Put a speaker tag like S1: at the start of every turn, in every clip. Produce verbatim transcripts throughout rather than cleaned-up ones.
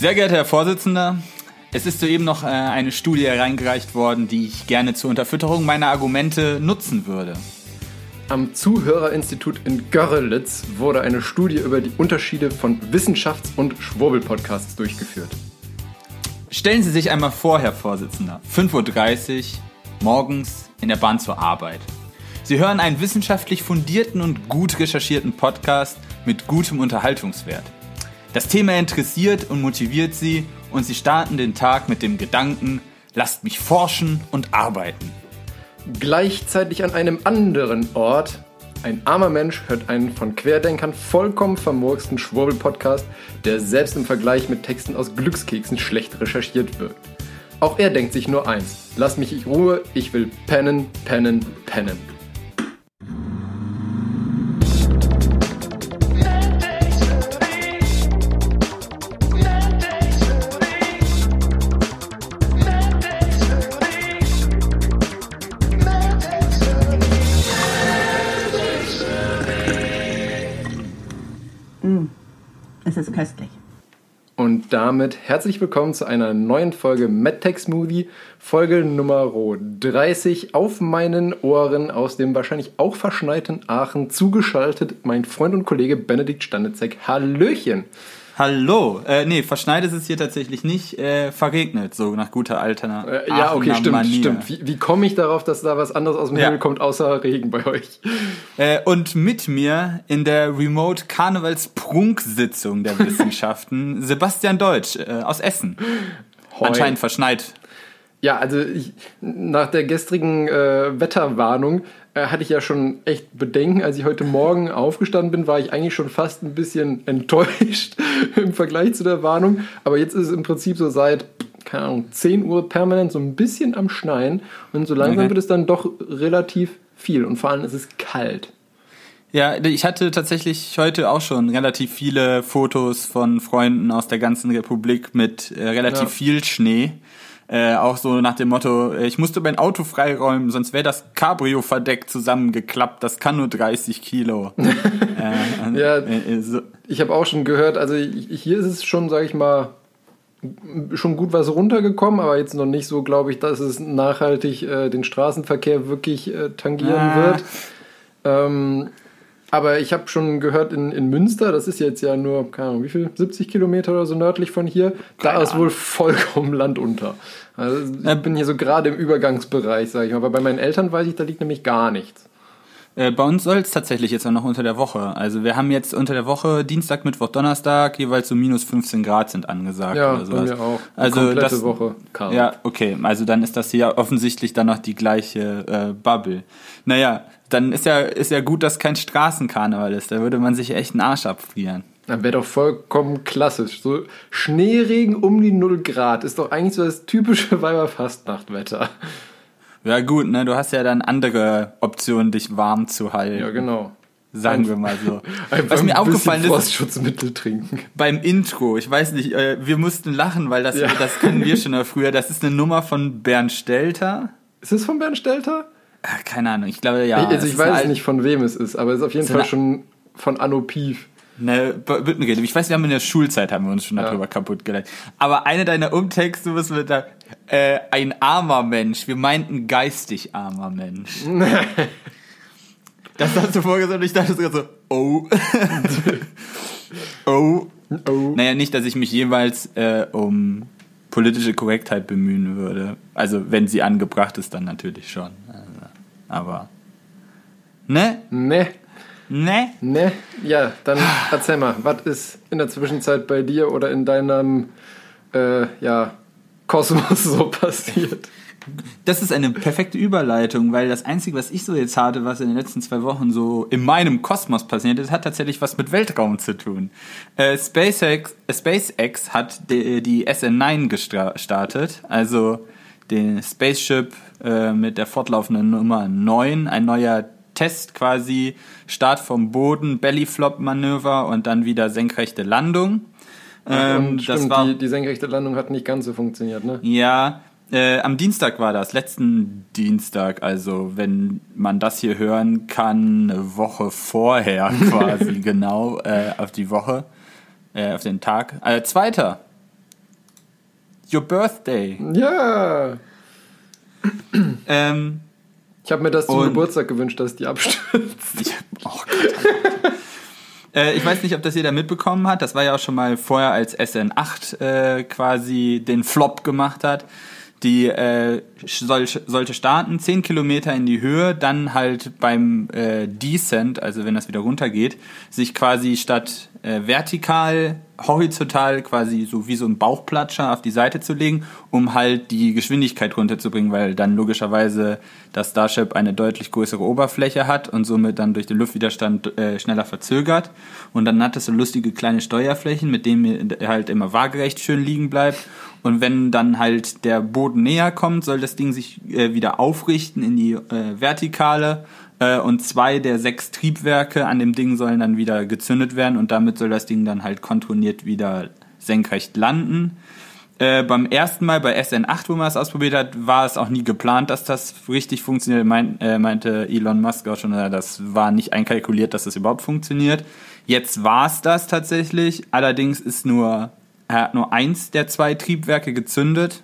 S1: Sehr geehrter Herr Vorsitzender, es ist soeben noch äh, eine Studie hereingereicht worden, die ich gerne zur Unterfütterung meiner Argumente nutzen würde.
S2: Am Zuhörerinstitut in Görlitz wurde eine Studie über die Unterschiede von Wissenschafts- und Schwurbel-Podcasts durchgeführt.
S1: Stellen Sie sich einmal vor, Herr Vorsitzender, fünf Uhr dreißig, morgens in der Bahn zur Arbeit. Sie hören einen wissenschaftlich fundierten und gut recherchierten Podcast mit gutem Unterhaltungswert. Das Thema interessiert und motiviert Sie und Sie starten den Tag mit dem Gedanken, lasst mich forschen und arbeiten.
S2: Gleichzeitig an einem anderen Ort, ein armer Mensch hört einen von Querdenkern vollkommen vermurksten Schwurbel-Podcast, der selbst im Vergleich mit Texten aus Glückskeksen schlecht recherchiert wirkt. Auch er denkt sich nur eins, lass mich in Ruhe, ich will pennen, pennen, pennen.
S3: Es ist köstlich.
S2: Und damit herzlich willkommen zu einer neuen Folge MadTech Smoothie, Folge Nummer dreißig, auf meinen Ohren aus dem wahrscheinlich auch verschneiten Aachen zugeschaltet, mein Freund und Kollege Benedikt Stanitzek. Hallöchen!
S1: Hallo! Äh, nee, verschneit ist es hier tatsächlich nicht, äh, verregnet, so nach guter alter
S2: äh, Ja, okay, stimmt,
S1: Manier.
S2: stimmt. Wie, wie komme ich darauf, dass da was anderes aus dem ja. Himmel kommt, außer Regen bei euch?
S1: Äh, und mit mir in der Remote-Karnevals-Prunksitzung der Wissenschaften Sebastian Deutsch äh, aus Essen. Hoi. Anscheinend verschneit.
S2: Ja, also ich, nach der gestrigen äh, Wetterwarnung äh, hatte ich ja schon echt Bedenken. Als ich heute Morgen aufgestanden bin, war ich eigentlich schon fast ein bisschen enttäuscht im Vergleich zu der Warnung. Aber jetzt ist es im Prinzip so seit, keine Ahnung, zehn Uhr permanent so ein bisschen am Schneien. Und so langsam okay. wird es dann doch relativ viel. Und vor allem ist es kalt.
S1: Ja, ich hatte tatsächlich heute auch schon relativ viele Fotos von Freunden aus der ganzen Republik mit äh, relativ ja. viel Schnee. Äh, auch so nach dem Motto, ich musste mein Auto freiräumen, sonst wäre das Cabrio-Verdeck zusammengeklappt, das kann nur dreißig Kilo. äh,
S2: ja, äh, so. Ich habe auch schon gehört, also hier ist es schon, sage ich mal, schon gut was runtergekommen, aber jetzt noch nicht so, glaube ich, dass es nachhaltig äh, den Straßenverkehr wirklich äh, tangieren ah. wird. Ähm, aber ich habe schon gehört, in, in Münster, das ist jetzt ja nur, keine Ahnung, wie viel, siebzig Kilometer oder so nördlich von hier, keine da ist Ahnung. Wohl vollkommen Land unter. Also ich äh, bin hier so gerade im Übergangsbereich, sage ich mal. Aber bei meinen Eltern weiß ich, da liegt nämlich gar nichts.
S1: Äh, bei uns soll es tatsächlich jetzt auch noch unter der Woche. Also wir haben jetzt unter der Woche Dienstag, Mittwoch, Donnerstag jeweils so minus fünfzehn Grad sind angesagt.
S2: Ja,
S1: oder sowas.
S2: Bei mir auch.
S1: Die also
S2: komplette
S1: das,
S2: Woche kalt.
S1: Ja, okay. Also dann ist das hier offensichtlich dann noch die gleiche äh, Bubble. Naja, dann ist ja, ist ja gut, dass kein Straßenkarneval ist. Da würde man sich echt einen Arsch abfrieren.
S2: Dann wäre doch vollkommen klassisch. So Schneeregen um die null Grad ist doch eigentlich so das typische Weiberfastnachtwetter.
S1: Ja gut, ne, du hast ja dann andere Optionen, dich warm zu halten.
S2: Ja, genau.
S1: Sagen wir mal so.
S2: Einfach was mir ein aufgefallen ist, Frostschutzmittel trinken.
S1: Beim Intro, ich weiß nicht, äh, wir mussten lachen, weil das, ja. das kennen wir schon früher. Das ist eine Nummer von Bernd Stelter.
S2: Ist es von Bernd Stelter?
S1: Ach, keine Ahnung, ich glaube ja.
S2: Also ich weiß nicht, von wem es ist, aber es ist auf jeden Fall schon von Anno Pief.
S1: Ne, Büttenrede. Ich weiß, wir haben in der Schulzeit haben wir uns schon darüber ja. kaputt gelernt. Aber eine deiner Umtexte was mit da äh, ein armer Mensch. Wir meinten geistig armer Mensch. Das hast du vorgesagt und ich dachte sogar so, oh. oh. Oh. Naja, nicht, dass ich mich jeweils äh, um politische Korrektheit bemühen würde. Also, wenn sie angebracht ist, dann natürlich schon. Also, aber. Ne?
S2: Ne.
S1: Ne?
S2: Ne? Ja, dann erzähl mal, was ist in der Zwischenzeit bei dir oder in deinem äh, ja, Kosmos so passiert?
S1: Das ist eine perfekte Überleitung, weil das Einzige, was ich so jetzt hatte, was in den letzten zwei Wochen so in meinem Kosmos passiert ist, hat tatsächlich was mit Weltraum zu tun. Äh, SpaceX, äh, SpaceX hat die, die S N neun gestartet, also den Spaceship äh, mit der fortlaufenden Nummer neun, ein neuer Test quasi, Start vom Boden, Bellyflop-Manöver und dann wieder senkrechte Landung.
S2: Ähm, ja, das war, die, die senkrechte Landung hat nicht ganz so funktioniert, ne?
S1: Ja, Äh, am Dienstag war das, letzten Dienstag, also wenn man das hier hören kann, eine Woche vorher quasi, genau, äh, auf die Woche, äh, auf den Tag. Äh, zweiter your birthday.
S2: Ja.
S1: ähm,
S2: ich habe mir das zum Geburtstag gewünscht, dass die abstürzt.
S1: Ich, oh Gott. äh, ich weiß nicht, ob das jeder mitbekommen hat. Das war ja auch schon mal vorher, als S N acht äh, quasi den Flop gemacht hat. Die äh, soll, sollte starten, zehn Kilometer in die Höhe, dann halt beim äh, Descent, also wenn das wieder runtergeht, sich quasi statt äh, vertikal, horizontal quasi so wie so ein Bauchplatscher auf die Seite zu legen, um halt die Geschwindigkeit runterzubringen, weil dann logischerweise das Starship eine deutlich größere Oberfläche hat und somit dann durch den Luftwiderstand äh, schneller verzögert. Und dann hat es so lustige kleine Steuerflächen, mit denen er halt immer waagerecht schön liegen bleibt. Und wenn dann halt der Boden näher kommt, soll das Ding sich äh, wieder aufrichten in die äh, Vertikale. Äh, und zwei der sechs Triebwerke an dem Ding sollen dann wieder gezündet werden. Und damit soll das Ding dann halt kontrolliert wieder senkrecht landen. Äh, beim ersten Mal bei S N acht, wo man es ausprobiert hat, war es auch nie geplant, dass das richtig funktioniert. Mein, äh, meinte Elon Musk auch schon, äh, das war nicht einkalkuliert, dass das überhaupt funktioniert. Jetzt war es das tatsächlich. Allerdings ist nur... Er hat nur eins der zwei Triebwerke gezündet.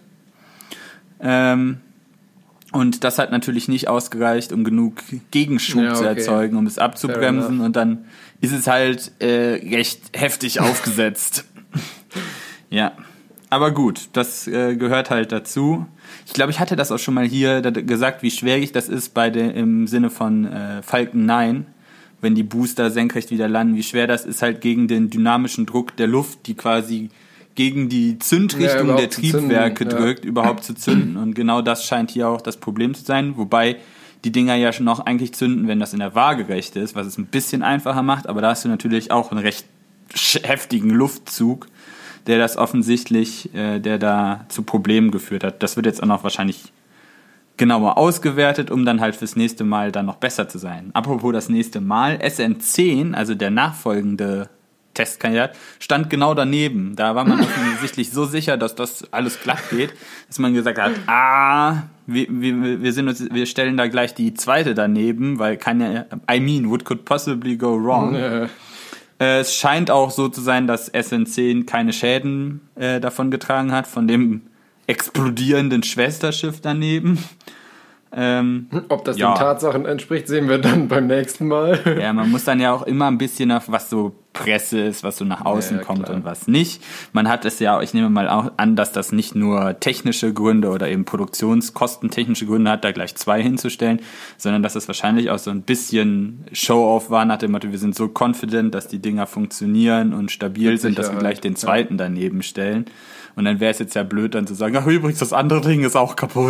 S1: Ähm, und das hat natürlich nicht ausgereicht, um genug Gegenschub ja, okay. zu erzeugen, um es abzubremsen. Und dann ist es halt äh, recht heftig aufgesetzt. Ja, aber gut, das äh, gehört halt dazu. Ich glaube, ich hatte das auch schon mal hier gesagt, wie schwierig das ist bei der, im Sinne von äh, Falcon neun. Wenn die Booster senkrecht wieder landen, wie schwer das ist halt gegen den dynamischen Druck der Luft, die quasi gegen die Zündrichtung ja, der Triebwerke zünden, drückt, ja. überhaupt zu zünden. Und genau das scheint hier auch das Problem zu sein. Wobei die Dinger ja schon noch eigentlich zünden, wenn das in der Waagerechte ist, was es ein bisschen einfacher macht. Aber da hast du natürlich auch einen recht heftigen Luftzug, der das offensichtlich, äh, der da zu Problemen geführt hat. Das wird jetzt auch noch wahrscheinlich genauer ausgewertet, um dann halt fürs nächste Mal dann noch besser zu sein. Apropos das nächste Mal, S N zehn, also der nachfolgende Testkandidat, stand genau daneben. Da war man offensichtlich so sicher, dass das alles glatt geht, dass man gesagt hat, ah, wir, wir, wir, sind uns, wir stellen da gleich die zweite daneben, weil kann ja, I mean, what could possibly go wrong? Nee. Äh, es scheint auch so zu sein, dass S N zehn keine Schäden äh, davon getragen hat, von dem explodierenden Schwesterschiff daneben. Ähm,
S2: Ob das ja. den Tatsachen entspricht, sehen wir dann beim nächsten Mal.
S1: Ja, man muss dann ja auch immer ein bisschen auf, was so Presse ist, was so nach außen ja, ja, kommt klar. und was nicht. Man hat es ja, ich nehme mal auch an, dass das nicht nur technische Gründe oder eben produktionskostentechnische Gründe hat, da gleich zwei hinzustellen, sondern dass es wahrscheinlich auch so ein bisschen Show-off war nach dem Motto, wir sind so confident, dass die Dinger funktionieren und stabil Mit sind, Sicherheit. dass wir gleich den zweiten ja. daneben stellen. Und dann wäre es jetzt ja blöd, dann zu sagen, ach übrigens, das andere Ding ist auch kaputt.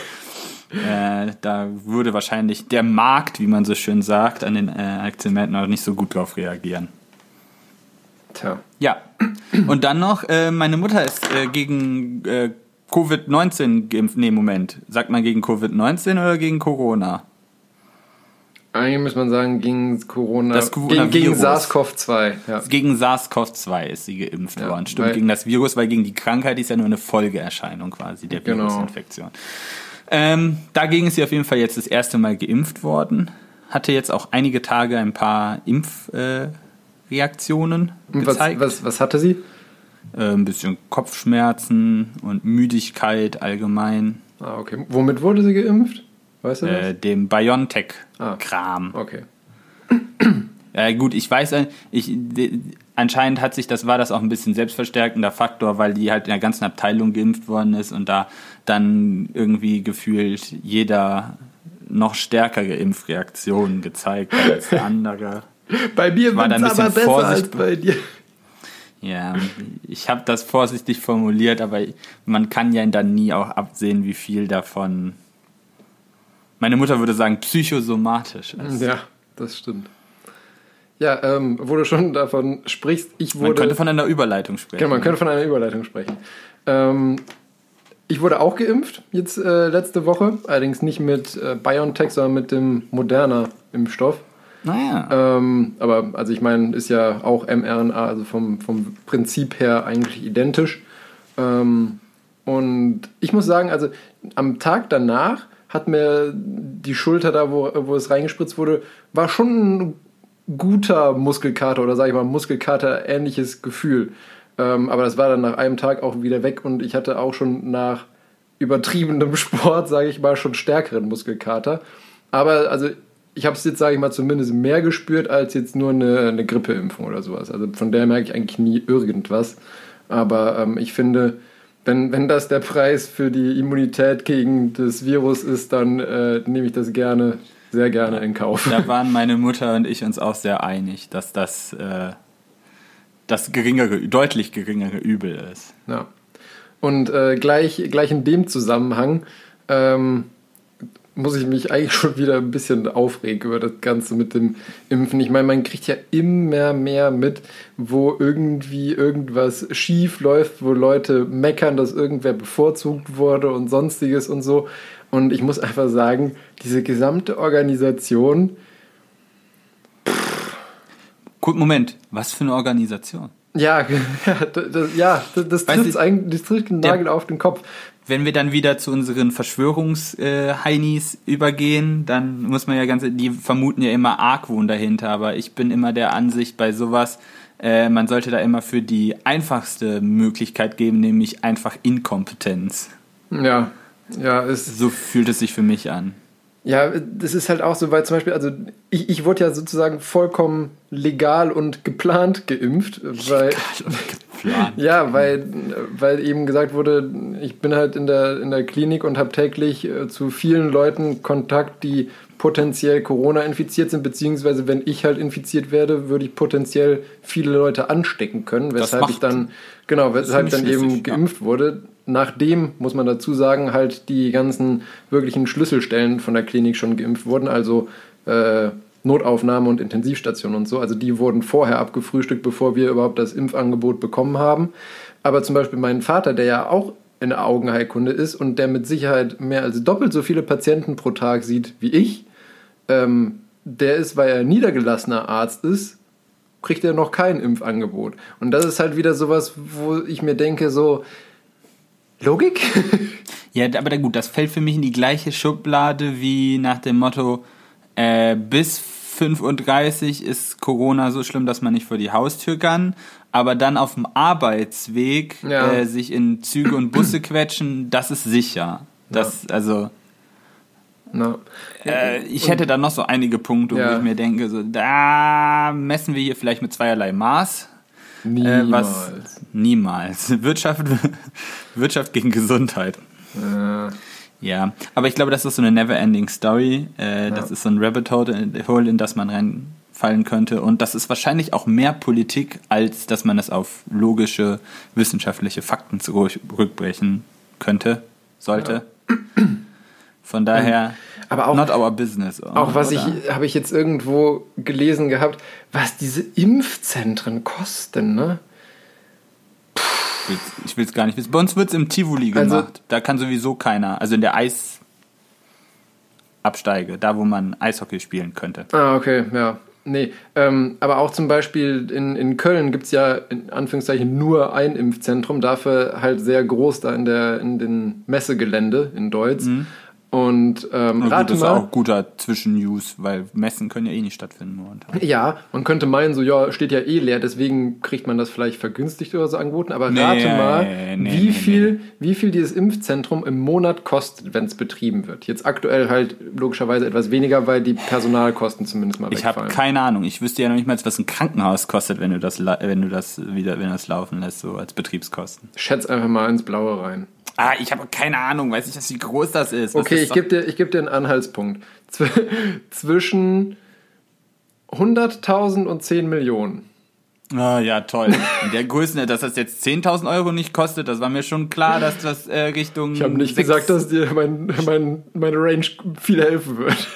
S1: Äh, da würde wahrscheinlich der Markt, wie man so schön sagt, an den äh, Aktienmärkten noch nicht so gut drauf reagieren.
S2: Tja.
S1: Ja. Und dann noch, äh, meine Mutter ist äh, gegen äh, Covid neunzehn geimpft. Nee, Moment. Sagt man gegen Covid neunzehn oder gegen Corona?
S2: Eigentlich muss man sagen, gegen Corona.
S1: Das
S2: gegen, gegen SARS-C o V zwei. Ja.
S1: Gegen SARS-C o V zwei ist sie geimpft ja, worden. Stimmt,
S2: weil,
S1: gegen das Virus, weil gegen die Krankheit ist ja nur eine Folgeerscheinung quasi der
S2: genau.
S1: Virusinfektion. Ähm, dagegen ist sie auf jeden Fall jetzt das erste Mal geimpft worden. Hatte jetzt auch einige Tage ein paar Impfreaktionen äh, gezeigt.
S2: Was, was, was hatte sie?
S1: Äh, ein bisschen Kopfschmerzen und Müdigkeit allgemein.
S2: Ah, okay. Womit wurde sie geimpft? Weißt du das?
S1: Äh, dem BioNTech-Kram.
S2: Ah, okay.
S1: Ja, gut, ich weiß, ich, de, anscheinend hat sich das, war das auch ein bisschen selbstverstärkender Faktor, weil die halt in der ganzen Abteilung geimpft worden ist und da dann irgendwie gefühlt jeder noch stärkere Impfreaktionen gezeigt hat als der andere.
S2: Bei mir war es aber besser als bei dir.
S1: Ja, ich habe das vorsichtig formuliert, aber man kann ja dann nie auch absehen, wie viel davon, meine Mutter würde sagen, psychosomatisch ist.
S2: Ja, das stimmt. Ja, ähm, wo du schon davon sprichst, ich wurde...
S1: Man könnte von einer Überleitung sprechen.
S2: Genau, man könnte von einer Überleitung sprechen. Ähm, ich wurde auch geimpft, jetzt äh, letzte Woche, allerdings nicht mit äh, BioNTech, sondern mit dem Moderna-Impfstoff.
S1: Naja.
S2: Ähm, aber, also ich meine, ist ja auch mRNA, also vom, vom Prinzip her eigentlich identisch. Ähm, und ich muss sagen, also am Tag danach hat mir die Schulter da, wo, wo es reingespritzt wurde, war schon ein guter Muskelkater oder sage ich mal Muskelkater-ähnliches Gefühl. Ähm, aber das war dann nach einem Tag auch wieder weg und ich hatte auch schon nach übertriebenem Sport, sage ich mal, schon stärkeren Muskelkater. Aber also ich habe es jetzt, sage ich mal, zumindest mehr gespürt als jetzt nur eine, eine Grippeimpfung oder sowas. Also von der merke ich eigentlich nie irgendwas. Aber ähm, ich finde, wenn, wenn das der Preis für die Immunität gegen das Virus ist, dann äh, nehme ich das gerne, sehr gerne in Kauf.
S1: Da waren meine Mutter und ich uns auch sehr einig, dass das äh, das geringere, deutlich geringere Übel ist.
S2: Ja. Und äh, gleich, gleich in dem Zusammenhang ähm, muss ich mich eigentlich schon wieder ein bisschen aufregen über das Ganze mit dem Impfen. Ich meine, man kriegt ja immer mehr mit, wo irgendwie irgendwas schief läuft, wo Leute meckern, dass irgendwer bevorzugt wurde und sonstiges und so. Und ich muss einfach sagen, diese gesamte Organisation...
S1: Gut, Moment, was für eine Organisation?
S2: Ja, ja, das, ja, das, das trifft eigentlich, das trifft den Nagel der, auf den Kopf.
S1: Wenn wir dann wieder zu unseren Verschwörungs-Heinis äh, übergehen, dann muss man ja ganz, die vermuten ja immer Argwohn dahinter, aber ich bin immer der Ansicht bei sowas, äh, man sollte da immer für die einfachste Möglichkeit geben, nämlich einfach Inkompetenz.
S2: Ja, ja, ist
S1: so fühlt es sich für mich an.
S2: Ja, das ist halt auch so, weil zum Beispiel, also ich, ich wurde ja sozusagen vollkommen legal und geplant geimpft, weil legal und geplant. Ja, weil, weil eben gesagt wurde, ich bin halt in der, in der Klinik und habe täglich äh, zu vielen Leuten Kontakt, die potenziell Corona infiziert sind, beziehungsweise wenn ich halt infiziert werde, würde ich potenziell viele Leute anstecken können, weshalb ich dann, genau, weshalb dann eben geimpft ja. wurde. Nachdem, muss man dazu sagen, halt die ganzen wirklichen Schlüsselstellen von der Klinik schon geimpft wurden, also äh, Notaufnahme und Intensivstation und so. Also die wurden vorher abgefrühstückt, bevor wir überhaupt das Impfangebot bekommen haben. Aber zum Beispiel mein Vater, der ja auch in der Augenheilkunde ist und der mit Sicherheit mehr als doppelt so viele Patienten pro Tag sieht wie ich, ähm, der ist, weil er niedergelassener Arzt ist, kriegt er noch kein Impfangebot. Und das ist halt wieder sowas, wo ich mir denke, so Logik?
S1: Ja, aber gut, das fällt für mich in die gleiche Schublade wie nach dem Motto, äh, bis fünfunddreißig ist Corona so schlimm, dass man nicht vor die Haustür kann, aber dann auf dem Arbeitsweg ja. äh, sich in Züge und Busse quetschen, das ist sicher. Das, ja. also...
S2: No.
S1: Äh, ich hätte da noch so einige Punkte, ja. wo ich mir denke, so, da messen wir hier vielleicht mit zweierlei Maß.
S2: Niemals.
S1: Äh, was, niemals. Wirtschaft, Wirtschaft gegen Gesundheit.
S2: Ja.
S1: Ja, aber ich glaube, das ist so eine never-ending Story. Äh, ja. Das ist so ein Rabbit Hole, in das man reinfallen könnte. Und das ist wahrscheinlich auch mehr Politik, als dass man es auf logische, wissenschaftliche Fakten zurückbrechen könnte, sollte. Ja. Von daher,
S2: aber auch,
S1: not our business. Oh,
S2: auch was oder? ich, habe ich jetzt irgendwo gelesen gehabt, was diese Impfzentren kosten, ne?
S1: Ich will es gar nicht wissen. Bei uns wird es im Tivoli gemacht. Also, da kann sowieso keiner, also in der Eisabsteige, da wo man Eishockey spielen könnte.
S2: Ah, okay, ja. Nee, ähm, aber auch zum Beispiel in, in Köln gibt es ja in Anführungszeichen nur ein Impfzentrum, dafür halt sehr groß da in, der, in den Messegelände in Deutz. Mhm. Und ähm,
S1: gut,
S2: rate
S1: das ist
S2: mal,
S1: auch guter Zwischen-News, weil Messen können ja eh nicht stattfinden momentan.
S2: Ja, man könnte meinen, so ja, steht ja eh leer, deswegen kriegt man das vielleicht vergünstigt oder so angeboten, aber nee, rate mal, nee, wie, nee, viel, nee. wie viel dieses Impfzentrum im Monat kostet, wenn es betrieben wird. Jetzt aktuell halt logischerweise etwas weniger, weil die Personalkosten zumindest mal wegfallen.
S1: Ich habe keine Ahnung, ich wüsste ja noch nicht mal, was ein Krankenhaus kostet, wenn du das, wenn du das wieder, wenn du das laufen lässt, so als Betriebskosten.
S2: Schätz einfach mal ins Blaue rein.
S1: Ah, ich habe keine Ahnung, weiß nicht, wie groß das ist.
S2: Das okay, ist ich gebe dir, ich geb dir einen Anhaltspunkt. Zw- zwischen hunderttausend und zehn Millionen.
S1: Ah, ja, toll. In der Größe, dass das jetzt zehntausend Euro nicht kostet, das war mir schon klar, dass das äh, Richtung...
S2: Ich habe nicht sechs gesagt, dass dir mein, mein, meine Range viel helfen wird.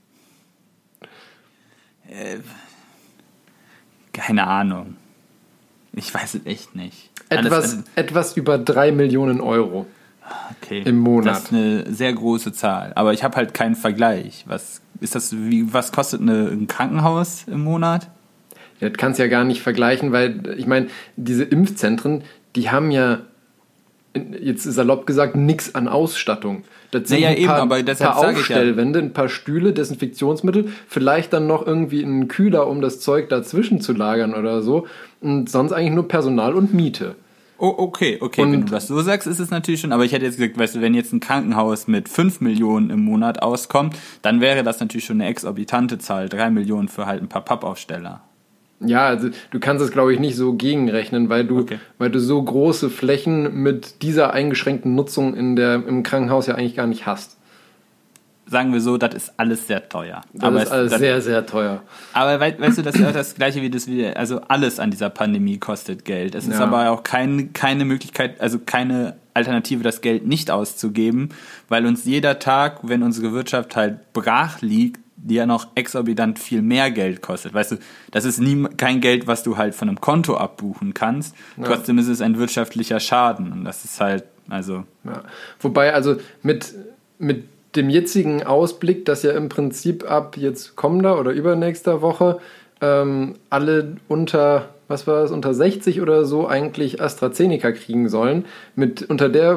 S1: Äh, keine Ahnung. Ich weiß es echt nicht.
S2: Etwas, Alles, etwas über drei Millionen Euro
S1: okay.
S2: im Monat.
S1: Das ist eine sehr große Zahl. Aber ich habe halt keinen Vergleich. Was ist das? Wie, was kostet eine, ein Krankenhaus im Monat?
S2: Ja, das kannst du ja gar nicht vergleichen, weil ich meine, diese Impfzentren, die haben ja jetzt salopp gesagt, nichts an Ausstattung. Das sind
S1: naja,
S2: ein paar,
S1: eben, aber deshalb
S2: paar
S1: sage ich ja.
S2: Aufstellwände, ein paar Stühle, Desinfektionsmittel, vielleicht dann noch irgendwie ein Kühler, um das Zeug dazwischen zu lagern oder so. Und sonst eigentlich nur Personal und Miete.
S1: Oh, okay, okay,
S2: Und
S1: wenn du das so sagst, ist es natürlich schon, aber ich hätte jetzt gesagt, weißt du, wenn jetzt ein Krankenhaus mit fünf Millionen im Monat auskommt, dann wäre das natürlich schon eine exorbitante Zahl, drei Millionen für halt ein paar Pappaufsteller.
S2: Ja, also du kannst es, glaube ich, nicht so gegenrechnen, weil du,
S1: Okay.
S2: weil du so große Flächen mit dieser eingeschränkten Nutzung in der, im Krankenhaus ja eigentlich gar nicht hast.
S1: Sagen wir so, das ist alles sehr teuer.
S2: Das
S1: aber
S2: ist
S1: es,
S2: alles
S1: das,
S2: sehr, sehr teuer.
S1: Aber weißt, weißt du, das ist ja auch das Gleiche wie das wieder, also alles an dieser Pandemie kostet Geld. Es ist
S2: Ja.
S1: aber auch kein, keine Möglichkeit, also keine Alternative, das Geld nicht auszugeben, weil uns jeder Tag, wenn unsere Wirtschaft halt brach liegt, die ja noch exorbitant viel mehr Geld kostet. Weißt du, das ist nie kein Geld, was du halt von einem Konto abbuchen kannst.
S2: Ja.
S1: Trotzdem ist es ein wirtschaftlicher Schaden. Und das ist halt, also.
S2: Ja. Wobei, also mit, mit dem jetzigen Ausblick, dass ja im Prinzip ab jetzt kommender oder übernächster Woche ähm, alle unter, was war das, unter sechzig oder so eigentlich AstraZeneca kriegen sollen, mit unter der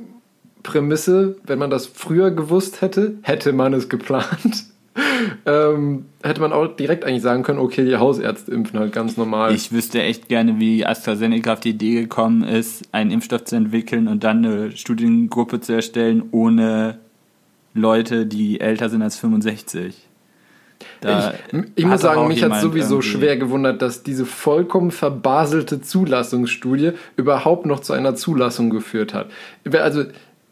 S2: Prämisse, wenn man das früher gewusst hätte, hätte man es geplant. ähm, hätte man auch direkt eigentlich sagen können, okay, die Hausärzte impfen halt ganz normal.
S1: Ich wüsste echt gerne, wie AstraZeneca auf die Idee gekommen ist, einen Impfstoff zu entwickeln und dann eine Studiengruppe zu erstellen, ohne Leute, die älter sind als fünfundsechzig. Da
S2: ich ich muss
S1: hat
S2: sagen,
S1: auch
S2: mich hat
S1: jemand
S2: sowieso
S1: irgendwie-
S2: schwer gewundert, dass diese vollkommen verbaselte Zulassungsstudie überhaupt noch zu einer Zulassung geführt hat. Also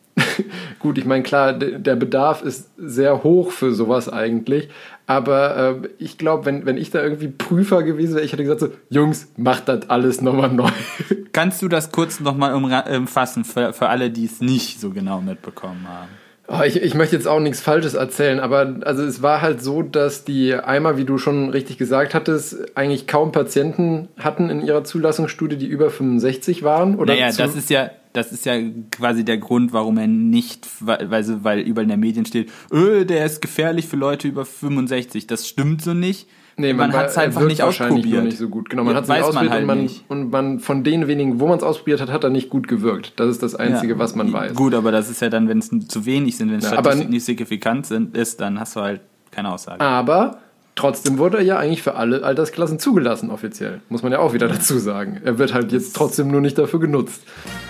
S2: gut, ich meine, klar, d- der Bedarf ist sehr hoch für sowas eigentlich, aber äh, ich glaube, wenn, wenn ich da irgendwie Prüfer gewesen wäre, ich hätte gesagt so, Jungs, macht das alles nochmal neu.
S1: Kannst du das kurz nochmal umfassen für, für alle, die es nicht so genau mitbekommen haben?
S2: Oh, ich, ich möchte jetzt auch nichts Falsches erzählen, aber also es war halt so, dass die einmal, wie du schon richtig gesagt hattest, eigentlich kaum Patienten hatten in ihrer Zulassungsstudie, die über fünfundsechzig waren. Oder
S1: Naja,
S2: zu-
S1: das ist ja, das ist ja quasi der Grund, warum er nicht, weil, weil weil überall in den Medien steht, öh, der ist gefährlich für Leute über fünfundsechzig. Das stimmt so nicht.
S2: Nee,
S1: man
S2: war-
S1: hat es
S2: er
S1: einfach
S2: wirkt
S1: nicht
S2: wahrscheinlich
S1: ausprobiert.
S2: nur nicht so gut. Genau, man
S1: Ja,
S2: hat es nicht
S1: weiß man
S2: ausprobiert
S1: halt
S2: und, man,
S1: nicht.
S2: und man von den wenigen, wo man es ausprobiert hat, hat er nicht gut gewirkt. Das ist das Einzige,
S1: Ja.
S2: was man weiß.
S1: Gut, aber das ist ja dann, wenn es zu wenig sind, wenn es
S2: Ja,
S1: Statistiken
S2: aber-
S1: nicht signifikant sind, ist, dann hast du halt keine Aussage.
S2: Aber trotzdem wurde er ja eigentlich für alle Altersklassen zugelassen, offiziell. Muss man ja auch wieder dazu sagen. Er wird halt jetzt trotzdem nur nicht dafür genutzt.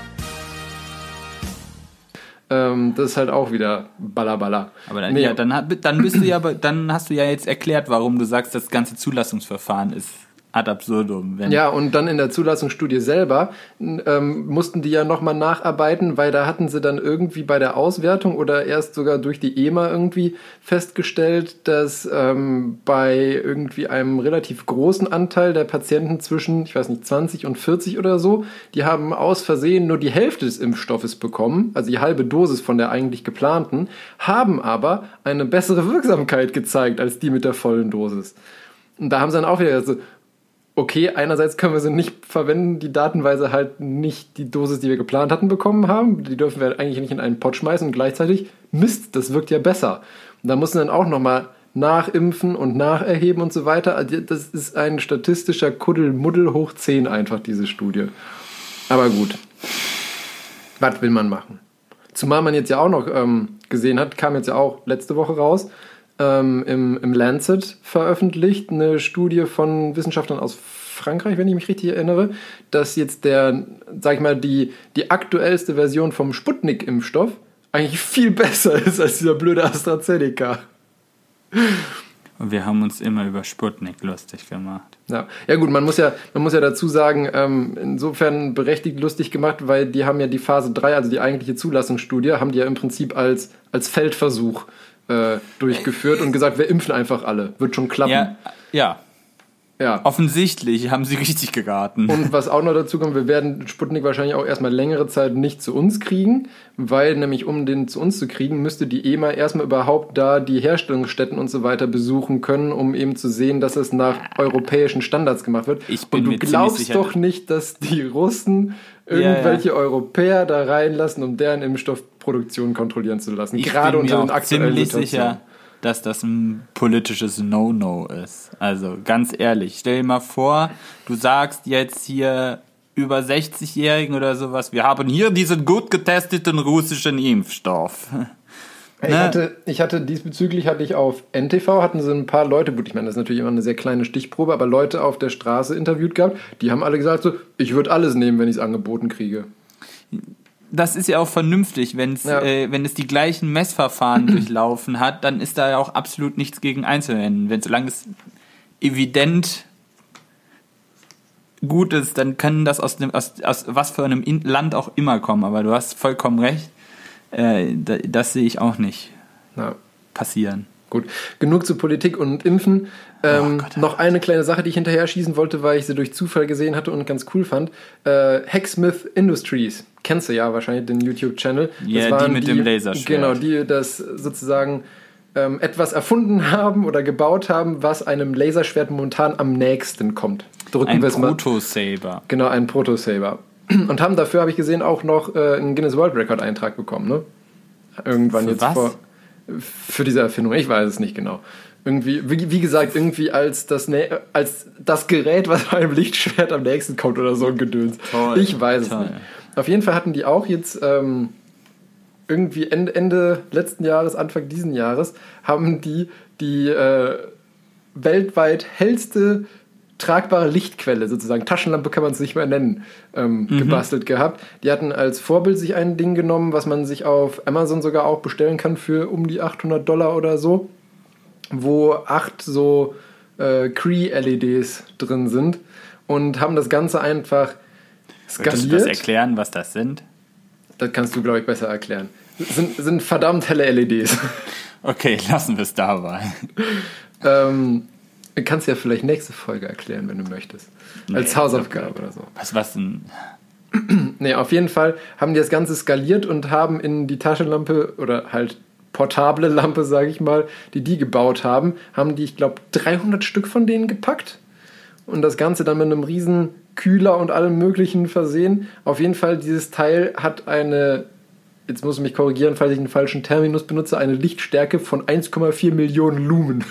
S2: Ähm, das ist halt auch wieder Ballaballa.
S1: Aber dann,
S2: Nee.
S1: ja, dann, hat- dann bist du ja, aber dann hast du ja jetzt erklärt, warum du sagst, das ganze Zulassungsverfahren ist ad absurdum. Wenn
S2: Ja, und dann in der Zulassungsstudie selber ähm, mussten die ja nochmal nacharbeiten, weil da hatten sie dann irgendwie bei der Auswertung oder erst sogar durch die E M A irgendwie festgestellt, dass ähm, bei irgendwie einem relativ großen Anteil der Patienten zwischen, ich weiß nicht, zwanzig und vierzig oder so, die haben aus Versehen nur die Hälfte des Impfstoffes bekommen, also die halbe Dosis von der eigentlich geplanten, haben aber eine bessere Wirksamkeit gezeigt als die mit der vollen Dosis. Und da haben sie dann auch wieder so, okay, einerseits können wir sie nicht verwenden, die Datenweise halt nicht die Dosis, die wir geplant hatten, bekommen haben. Die dürfen wir eigentlich nicht in einen Pott schmeißen und gleichzeitig, Mist, das wirkt ja besser. Und da mussten dann auch nochmal nachimpfen und nacherheben und so weiter. Also das ist ein statistischer Kuddelmuddel hoch zehn einfach, diese Studie. Aber gut, was will man machen? Zumal man jetzt ja auch noch ähm, gesehen hat, kam jetzt ja auch letzte Woche raus, ähm, im, im Lancet veröffentlicht, eine Studie von Wissenschaftlern aus Frankreich, wenn ich mich richtig erinnere, dass jetzt der, sag ich mal, die, die aktuellste Version vom Sputnik-Impfstoff eigentlich viel besser ist als dieser blöde AstraZeneca.
S1: Und wir haben uns immer über Sputnik lustig gemacht.
S2: Ja, ja gut, man muss ja, man muss ja dazu sagen, ähm, insofern berechtigt lustig gemacht, weil die haben ja die Phase drei, also die eigentliche Zulassungsstudie, haben die ja im Prinzip als, als Feldversuch äh, durchgeführt und gesagt, wir impfen einfach alle, wird schon klappen.
S1: Ja, ja,
S2: Ja.
S1: offensichtlich haben sie richtig geraten.
S2: Und was auch noch dazu kommt, wir werden Sputnik wahrscheinlich auch erstmal längere Zeit nicht zu uns kriegen, weil nämlich um den zu uns zu kriegen, müsste die E M A erstmal überhaupt da die Herstellungsstätten und so weiter besuchen können, um eben zu sehen, dass es nach europäischen Standards gemacht wird.
S1: Ich bin
S2: und du
S1: mir ziemlich
S2: glaubst
S1: sicher,
S2: doch nicht, dass die Russen irgendwelche
S1: Ja,
S2: Europäer da reinlassen, um deren Impfstoffproduktion kontrollieren zu lassen.
S1: Ich
S2: Gerade
S1: bin
S2: unter
S1: mir
S2: den
S1: auch
S2: aktuellen
S1: ziemlich
S2: Situationen.
S1: sicher, dass das ein politisches No-No ist. Also ganz ehrlich, stell dir mal vor, du sagst jetzt hier, über sechzig-Jährigen oder sowas, wir haben hier diesen gut getesteten russischen Impfstoff.
S2: Ich hatte, ich hatte diesbezüglich hatte ich auf N T V hatten sie ein paar Leute, gut, ich meine, das ist natürlich immer eine sehr kleine Stichprobe, aber Leute auf der Straße interviewt gehabt, die haben alle gesagt so, ich würde alles nehmen, wenn ich es angeboten kriege.
S1: Das ist ja auch vernünftig, wenn's, ja. äh, wenn es die gleichen Messverfahren durchlaufen hat, dann ist da ja auch absolut nichts gegen einzuwenden. Wenn solange es evident gut ist, dann kann das aus, dem, aus, aus was für einem Land auch immer kommen. Aber du hast vollkommen recht. Äh, das, das sehe ich auch nicht ja. passieren.
S2: Gut, genug zu Politik und Impfen. Ähm, oh Gott, noch eine kleine Sache, die ich hinterher schießen wollte, weil ich sie durch Zufall gesehen hatte und ganz cool fand. Äh, Hacksmith Industries. Kennst du ja wahrscheinlich den YouTube-Channel.
S1: Ja, yeah, die mit die, dem Laserschwert.
S2: Genau, die das sozusagen ähm, etwas erfunden haben oder gebaut haben, was einem Laserschwert momentan am nächsten kommt.
S1: Drücken ein Proto-Saber.
S2: Genau, ein Proto-Saber. Und haben dafür, habe ich gesehen, auch noch äh, einen Guinness World Record Eintrag bekommen, ne? Irgendwann
S1: für
S2: jetzt
S1: was?
S2: vor. Für diese Erfindung, ich weiß es nicht genau. Irgendwie, wie, wie gesagt, irgendwie als das, als das Gerät, was einem Lichtschwert am nächsten kommt oder so ein Gedöns.
S1: Toll,
S2: ich weiß
S1: toll.
S2: es nicht. Auf jeden Fall hatten die auch jetzt ähm, irgendwie Ende, Ende letzten Jahres, Anfang diesen Jahres, haben die die äh, weltweit hellste tragbare Lichtquelle, sozusagen Taschenlampe kann man es nicht mehr nennen, ähm, mhm. gebastelt gehabt. Die hatten als Vorbild sich ein Ding genommen, was man sich auf Amazon sogar auch bestellen kann für um die achthundert Dollar oder so, wo acht so äh, Cree-L E Ds drin sind und haben das Ganze einfach skaliert.
S1: Würdest du das erklären, was das sind?
S2: Das kannst du, glaube ich, besser erklären. Das sind, sind verdammt helle L E Ds.
S1: Okay, lassen wir es dabei.
S2: ähm, Du kannst ja vielleicht nächste Folge erklären, wenn du möchtest. Als nee, Hausaufgabe oder so.
S1: Was, was denn?
S2: Nee, auf jeden Fall haben die das Ganze skaliert und haben in die Taschenlampe oder halt portable Lampe, sage ich mal, die die gebaut haben, haben die, ich glaube, dreihundert Stück von denen gepackt und das Ganze dann mit einem riesen Kühler und allem Möglichen versehen. Auf jeden Fall, dieses Teil hat eine, jetzt muss ich mich korrigieren, falls ich einen falschen Terminus benutze, eine Lichtstärke von eins Komma vier Millionen Lumen.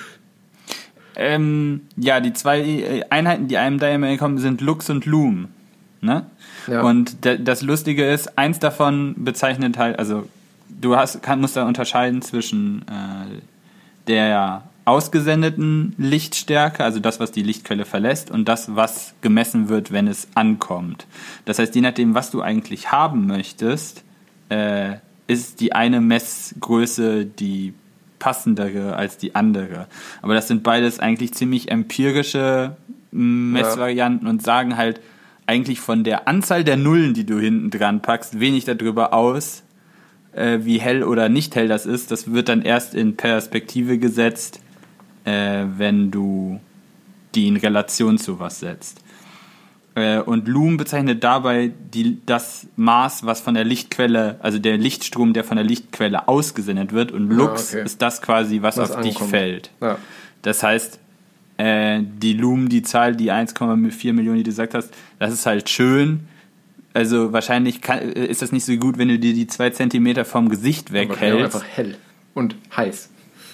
S1: Ähm, ja, die zwei Einheiten, die einem da immer kommen, sind Lux und Lumen. Ne? Ja. Und d- das Lustige ist, eins davon bezeichnet halt, also du hast, kann, musst da unterscheiden zwischen äh, der ausgesendeten Lichtstärke, also das, was die Lichtquelle verlässt, und das, was gemessen wird, wenn es ankommt. Das heißt, je nachdem, was du eigentlich haben möchtest, äh, ist die eine Messgröße die passendere als die andere. Aber das sind beides eigentlich ziemlich empirische Messvarianten ja. und sagen halt eigentlich von der Anzahl der Nullen, die du hinten dran packst, wenig darüber aus, äh, wie hell oder nicht hell das ist. Das wird dann erst in Perspektive gesetzt, äh, wenn du die in Relation zu was setzt. Und Lumen bezeichnet dabei die, das Maß, was von der Lichtquelle, also der Lichtstrom, der von der Lichtquelle ausgesendet wird. Und Lux ah, okay. ist das quasi, was, was auf ankommt. Dich fällt. Ja. Das heißt, äh, die Lumen, die Zahl, die eins Komma vier Millionen, die du gesagt hast, das ist halt schön. Also wahrscheinlich kann, ist das nicht so gut, wenn du dir die zwei Zentimeter vom Gesicht weghältst.
S2: Einfach hell und heiß.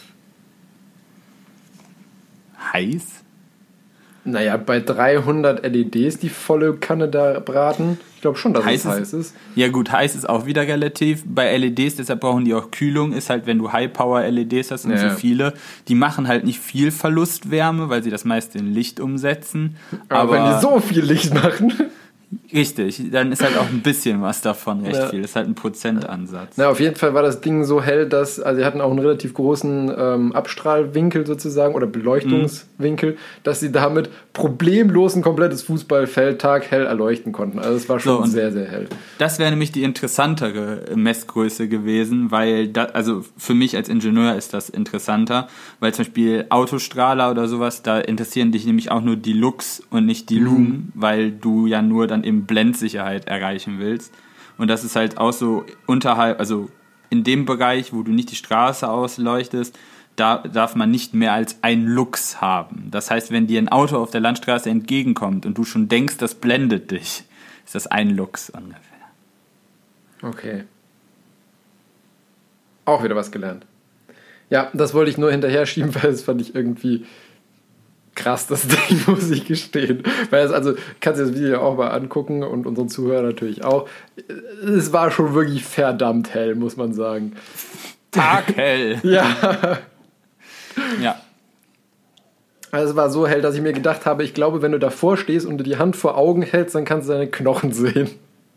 S1: Heiß?
S2: Naja, bei dreihundert L E Ds die volle Kanne da braten, ich glaube schon, dass heiß es heiß ist.
S1: Ja gut, heiß ist auch wieder relativ. Bei L E Ds, deshalb brauchen die auch Kühlung, ist halt, wenn du High-Power-L E Ds hast und ja. so viele, die machen halt nicht viel Verlustwärme, weil sie das meiste in Licht umsetzen.
S2: Aber, aber wenn die so viel Licht machen...
S1: Richtig, dann ist halt auch ein bisschen was davon recht ja. viel. Das ist halt ein Prozentansatz.
S2: Na, auf jeden Fall war das Ding so hell, dass, also sie hatten auch einen relativ großen ähm, Abstrahlwinkel sozusagen oder Beleuchtungswinkel, mhm. dass sie damit problemlos ein komplettes Fußballfeld taghell erleuchten konnten. Also es war schon so, sehr, sehr hell.
S1: Das wäre nämlich die interessantere Messgröße gewesen, weil, das, also für mich als Ingenieur ist das interessanter, weil zum Beispiel Autostrahler oder sowas, da interessieren dich nämlich auch nur die Lux und nicht die mhm. Lumen, weil du ja nur dann eben Blendsicherheit erreichen willst. Und das ist halt auch so unterhalb, also in dem Bereich, wo du nicht die Straße ausleuchtest, da darf man nicht mehr als ein Lux haben. Das heißt, wenn dir ein Auto auf der Landstraße entgegenkommt und du schon denkst, das blendet dich, ist das ein Lux ungefähr.
S2: Okay. Auch wieder was gelernt. Ja, das wollte ich nur hinterher schieben, weil das fand ich irgendwie krass, das Ding, muss ich gestehen. Weil es, also, kannst du das Video auch mal angucken und unseren Zuhörern natürlich auch. Es war schon wirklich verdammt hell, muss man sagen.
S1: Taghell.
S2: Ja.
S1: Ja.
S2: Also es war so hell, dass ich mir gedacht habe, ich glaube, wenn du davor stehst und du die Hand vor Augen hältst, dann kannst du deine Knochen sehen.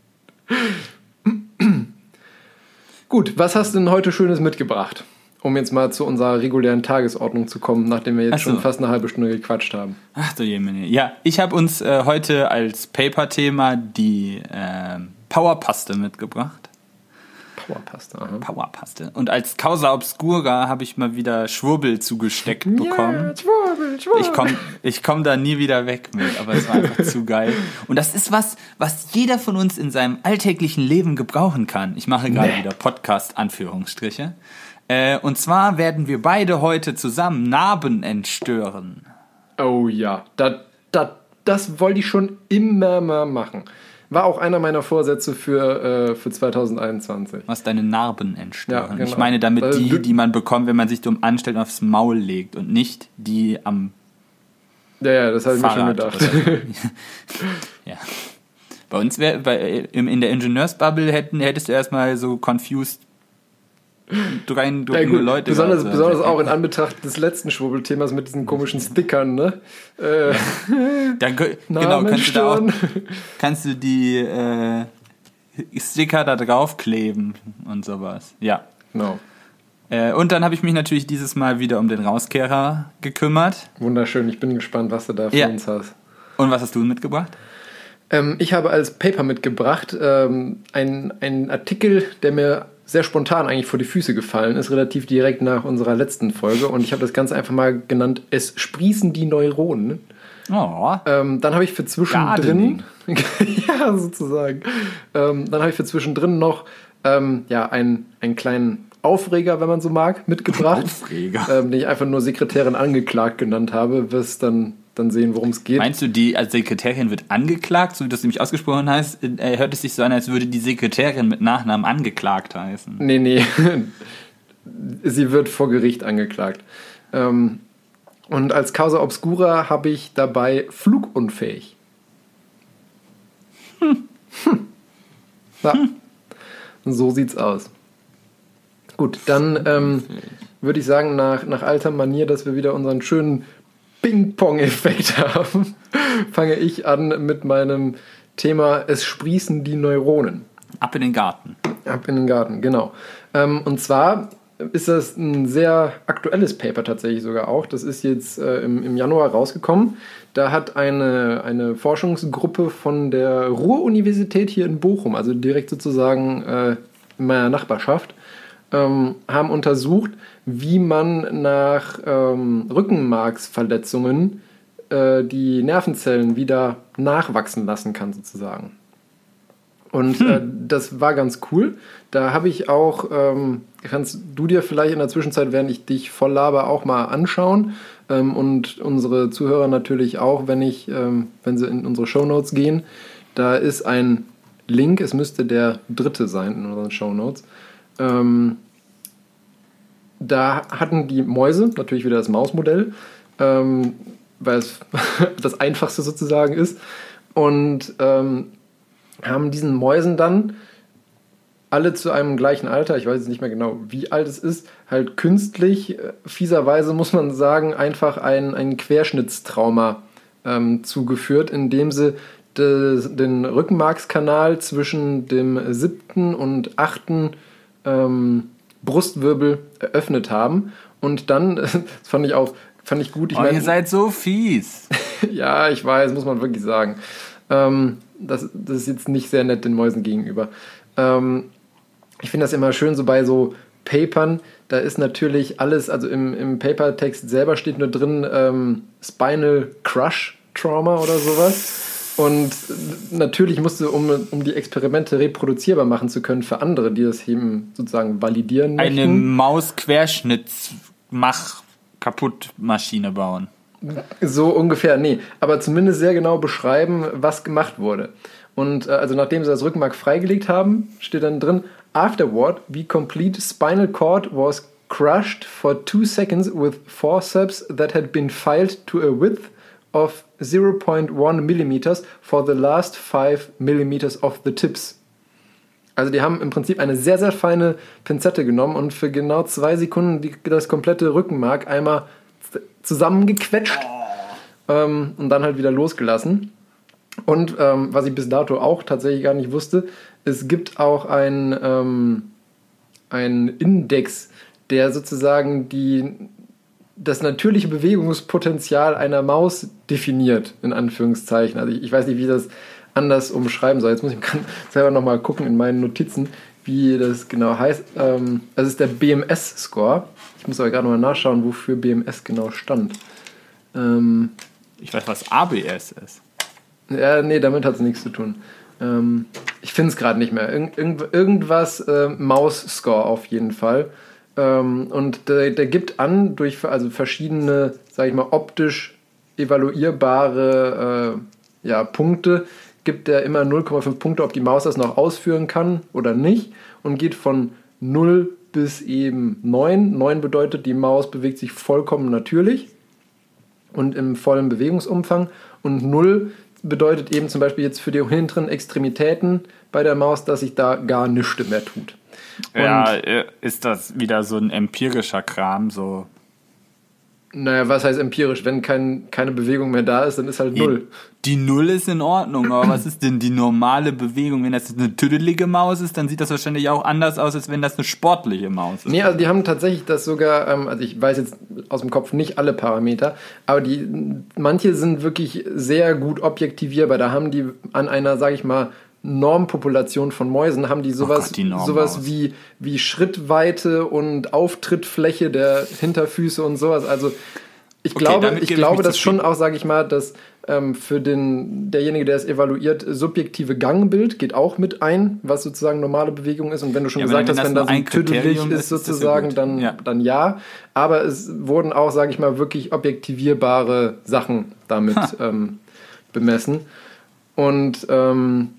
S2: Gut, was hast du denn heute Schönes mitgebracht? Um jetzt mal zu unserer regulären Tagesordnung zu kommen, nachdem wir jetzt so. schon fast eine halbe Stunde gequatscht haben.
S1: Ach du Jemine. Ja, ich habe uns äh, heute als Paper-Thema die äh, Powerpaste mitgebracht.
S2: Powerpaste, aha.
S1: Powerpaste. Und als Causa Obscura habe ich mal wieder Schwurbel zugesteckt bekommen.
S2: Ja, Schwurbel, Schwurbel.
S1: Ich komme ich komm da nie wieder weg mit, aber es war einfach zu geil. Und das ist was, was jeder von uns in seinem alltäglichen Leben gebrauchen kann. Ich mache gerade nee. wieder Podcast-Anführungsstriche. Äh, und zwar werden wir beide heute zusammen Narben entstören.
S2: Oh ja, das, das, das wollte ich schon immer mal machen. War auch einer meiner Vorsätze für, äh, für zwanzig einundzwanzig.
S1: Was deine Narben entstören.
S2: Ja, genau.
S1: Ich meine damit
S2: also,
S1: die, die man bekommt, wenn man sich dumm anstellt und aufs Maul legt und nicht die am
S2: Ja, ja, das habe ich mir schon gedacht.
S1: Ja. Bei uns wäre, bei, in der Ingenieursbubble hätten, hättest du erstmal so confused reindruckende
S2: ja, gut,
S1: Leute.
S2: Besonders,
S1: gehabt,
S2: besonders auch in Anbetracht des letzten Schwurbelthemas mit diesen komischen Stickern, ne? Äh,
S1: Dann, genau, kannst du da auch, kannst du die äh, Sticker da draufkleben und sowas. Ja.
S2: Genau.
S1: Äh, und dann habe ich mich natürlich dieses Mal wieder um den Rauskehrer gekümmert.
S2: Wunderschön, ich bin gespannt, was du da für
S1: ja.
S2: uns hast.
S1: Und was hast du mitgebracht?
S2: Ähm, ich habe als Paper mitgebracht ähm, einen Artikel, der mir sehr spontan eigentlich vor die Füße gefallen ist, relativ direkt nach unserer letzten Folge. Und ich habe das Ganze einfach mal genannt, es sprießen die Neuronen.
S1: Oh.
S2: Ähm, dann habe ich für zwischendrin, ja, sozusagen, ähm, dann habe ich für zwischendrin noch ähm, ja, einen, einen kleinen Aufreger, wenn man so mag, mitgebracht.
S1: Aufreger.
S2: Ähm, den ich einfach nur Sekretärin angeklagt genannt habe, wirst dann dann sehen, worum es geht.
S1: Meinst du, die als Sekretärin wird angeklagt, so wie das nämlich ausgesprochen heißt? Äh, hört es sich so an, als würde die Sekretärin mit Nachnamen angeklagt heißen.
S2: Nee, nee. Sie wird vor Gericht angeklagt. Ähm, und als Causa Obscura habe ich dabei flugunfähig. Hm. Hm. Ja. Hm. So sieht's aus. Gut, dann ähm, würde ich sagen, nach, nach alter Manier, dass wir wieder unseren schönen Ping-Pong-Effekt haben, fange ich an mit meinem Thema Es sprießen die Neuronen.
S1: Ab in den Garten.
S2: Ab in den Garten, genau. Ähm, und zwar ist das ein sehr aktuelles Paper tatsächlich sogar auch. Das ist jetzt äh, im, im Januar rausgekommen. Da hat eine, eine Forschungsgruppe von der Ruhr-Universität hier in Bochum, also direkt sozusagen äh, in meiner Nachbarschaft, ähm, haben untersucht, wie man nach ähm, Rückenmarksverletzungen äh, die Nervenzellen wieder nachwachsen lassen kann, sozusagen. Und hm. äh, das war ganz cool. Da habe ich auch, ähm, kannst du dir vielleicht in der Zwischenzeit, während ich dich voll laber, auch mal anschauen. Ähm, und unsere Zuhörer natürlich auch, wenn ich, ähm, wenn sie in unsere Shownotes gehen. Da ist ein Link, es müsste der dritte sein in unseren Shownotes. Ähm, da hatten die Mäuse, natürlich wieder das Mausmodell, ähm, weil es das einfachste sozusagen ist, und ähm, haben diesen Mäusen dann alle zu einem gleichen Alter, ich weiß jetzt nicht mehr genau, wie alt es ist, halt künstlich, äh, fieserweise muss man sagen, einfach ein, ein Querschnittstrauma ähm, zugeführt, indem sie des, den Rückenmarkskanal zwischen dem siebten und achten ähm, Brustwirbel eröffnet haben. Und dann, das fand ich auch fand ich gut. Ich
S1: oh,
S2: mein,
S1: ihr seid so fies.
S2: Ja, ich weiß, muss man wirklich sagen. Ähm, das, das ist jetzt nicht sehr nett den Mäusen gegenüber. Ähm, ich finde das immer schön, so bei so Papern, da ist natürlich alles, also im, im Papertext selber steht nur drin ähm, Spinal Crush Trauma oder sowas. Und natürlich musst du, um, um die Experimente reproduzierbar machen zu können für andere, die das eben sozusagen validieren möchten,
S1: eine Maus-Querschnitts-Mach-Kaputt-Maschine bauen.
S2: So ungefähr, nee. Aber zumindest sehr genau beschreiben, was gemacht wurde. Und äh, also nachdem sie das Rückenmark freigelegt haben, steht dann drin, afterward, the complete spinal cord was crushed for two seconds with forceps that had been filed to a width of zero point one millimeters for the last five millimeters of the tips. Also die haben im Prinzip eine sehr, sehr feine Pinzette genommen und für genau zwei Sekunden die, das komplette Rückenmark einmal zusammengequetscht ähm, und dann halt wieder losgelassen. Und ähm, was ich bis dato auch tatsächlich gar nicht wusste, es gibt auch ein, ähm, ein Index, der sozusagen die, das natürliche Bewegungspotenzial einer Maus definiert, in Anführungszeichen. Also ich, ich weiß nicht, wie ich das anders umschreiben soll. Jetzt muss ich selber nochmal gucken in meinen Notizen, wie das genau heißt. Ähm, das ist der B M S-Score. Ich muss aber gerade nochmal nachschauen, wofür B M S genau stand. Ähm,
S1: ich weiß, was A B S ist.
S2: Ja, nee, damit hat es nichts zu tun. Ähm, ich finde es gerade nicht mehr. Irgend, irgend, irgendwas äh, Maus-Score auf jeden Fall. Ähm, und der, der gibt an, durch also verschiedene, sag ich mal, optisch evaluierbare äh, ja, Punkte, gibt er immer null Komma fünf Punkte, ob die Maus das noch ausführen kann oder nicht. Und geht von null bis eben neun. neun bedeutet, die Maus bewegt sich vollkommen natürlich und im vollen Bewegungsumfang. Und null bedeutet eben zum Beispiel jetzt für die hinteren Extremitäten bei der Maus, dass sich da gar nichts mehr tut. Und
S1: ja, ist das wieder so ein empirischer Kram, so?
S2: Naja, was heißt empirisch? Wenn kein, keine Bewegung mehr da ist, dann ist halt null.
S1: Die Null ist in Ordnung, aber was ist denn die normale Bewegung? Wenn das eine tüdelige Maus ist, dann sieht das wahrscheinlich auch anders aus, als wenn das eine sportliche Maus ist.
S2: Nee, also die haben tatsächlich das sogar, ähm, also ich weiß jetzt aus dem Kopf nicht alle Parameter, aber die manche sind wirklich sehr gut objektivierbar. Da haben die an einer, sag ich mal, Normpopulation von Mäusen haben die sowas,
S1: oh Gott, die
S2: sowas wie, wie Schrittweite und Auftrittfläche der Hinterfüße und sowas. Also ich
S1: okay,
S2: glaube, ich glaube,
S1: ich
S2: dass schon auch, sage ich mal, dass ähm, für den derjenige, der es evaluiert, subjektive Gangbild geht auch mit ein, was sozusagen normale Bewegung ist. Und wenn du schon ja, gesagt hast, wenn das ein tüdelig ist, ist sozusagen, ist ja dann, ja. dann ja. Aber es wurden auch, sage ich mal, wirklich objektivierbare Sachen damit ähm, bemessen. Und ähm,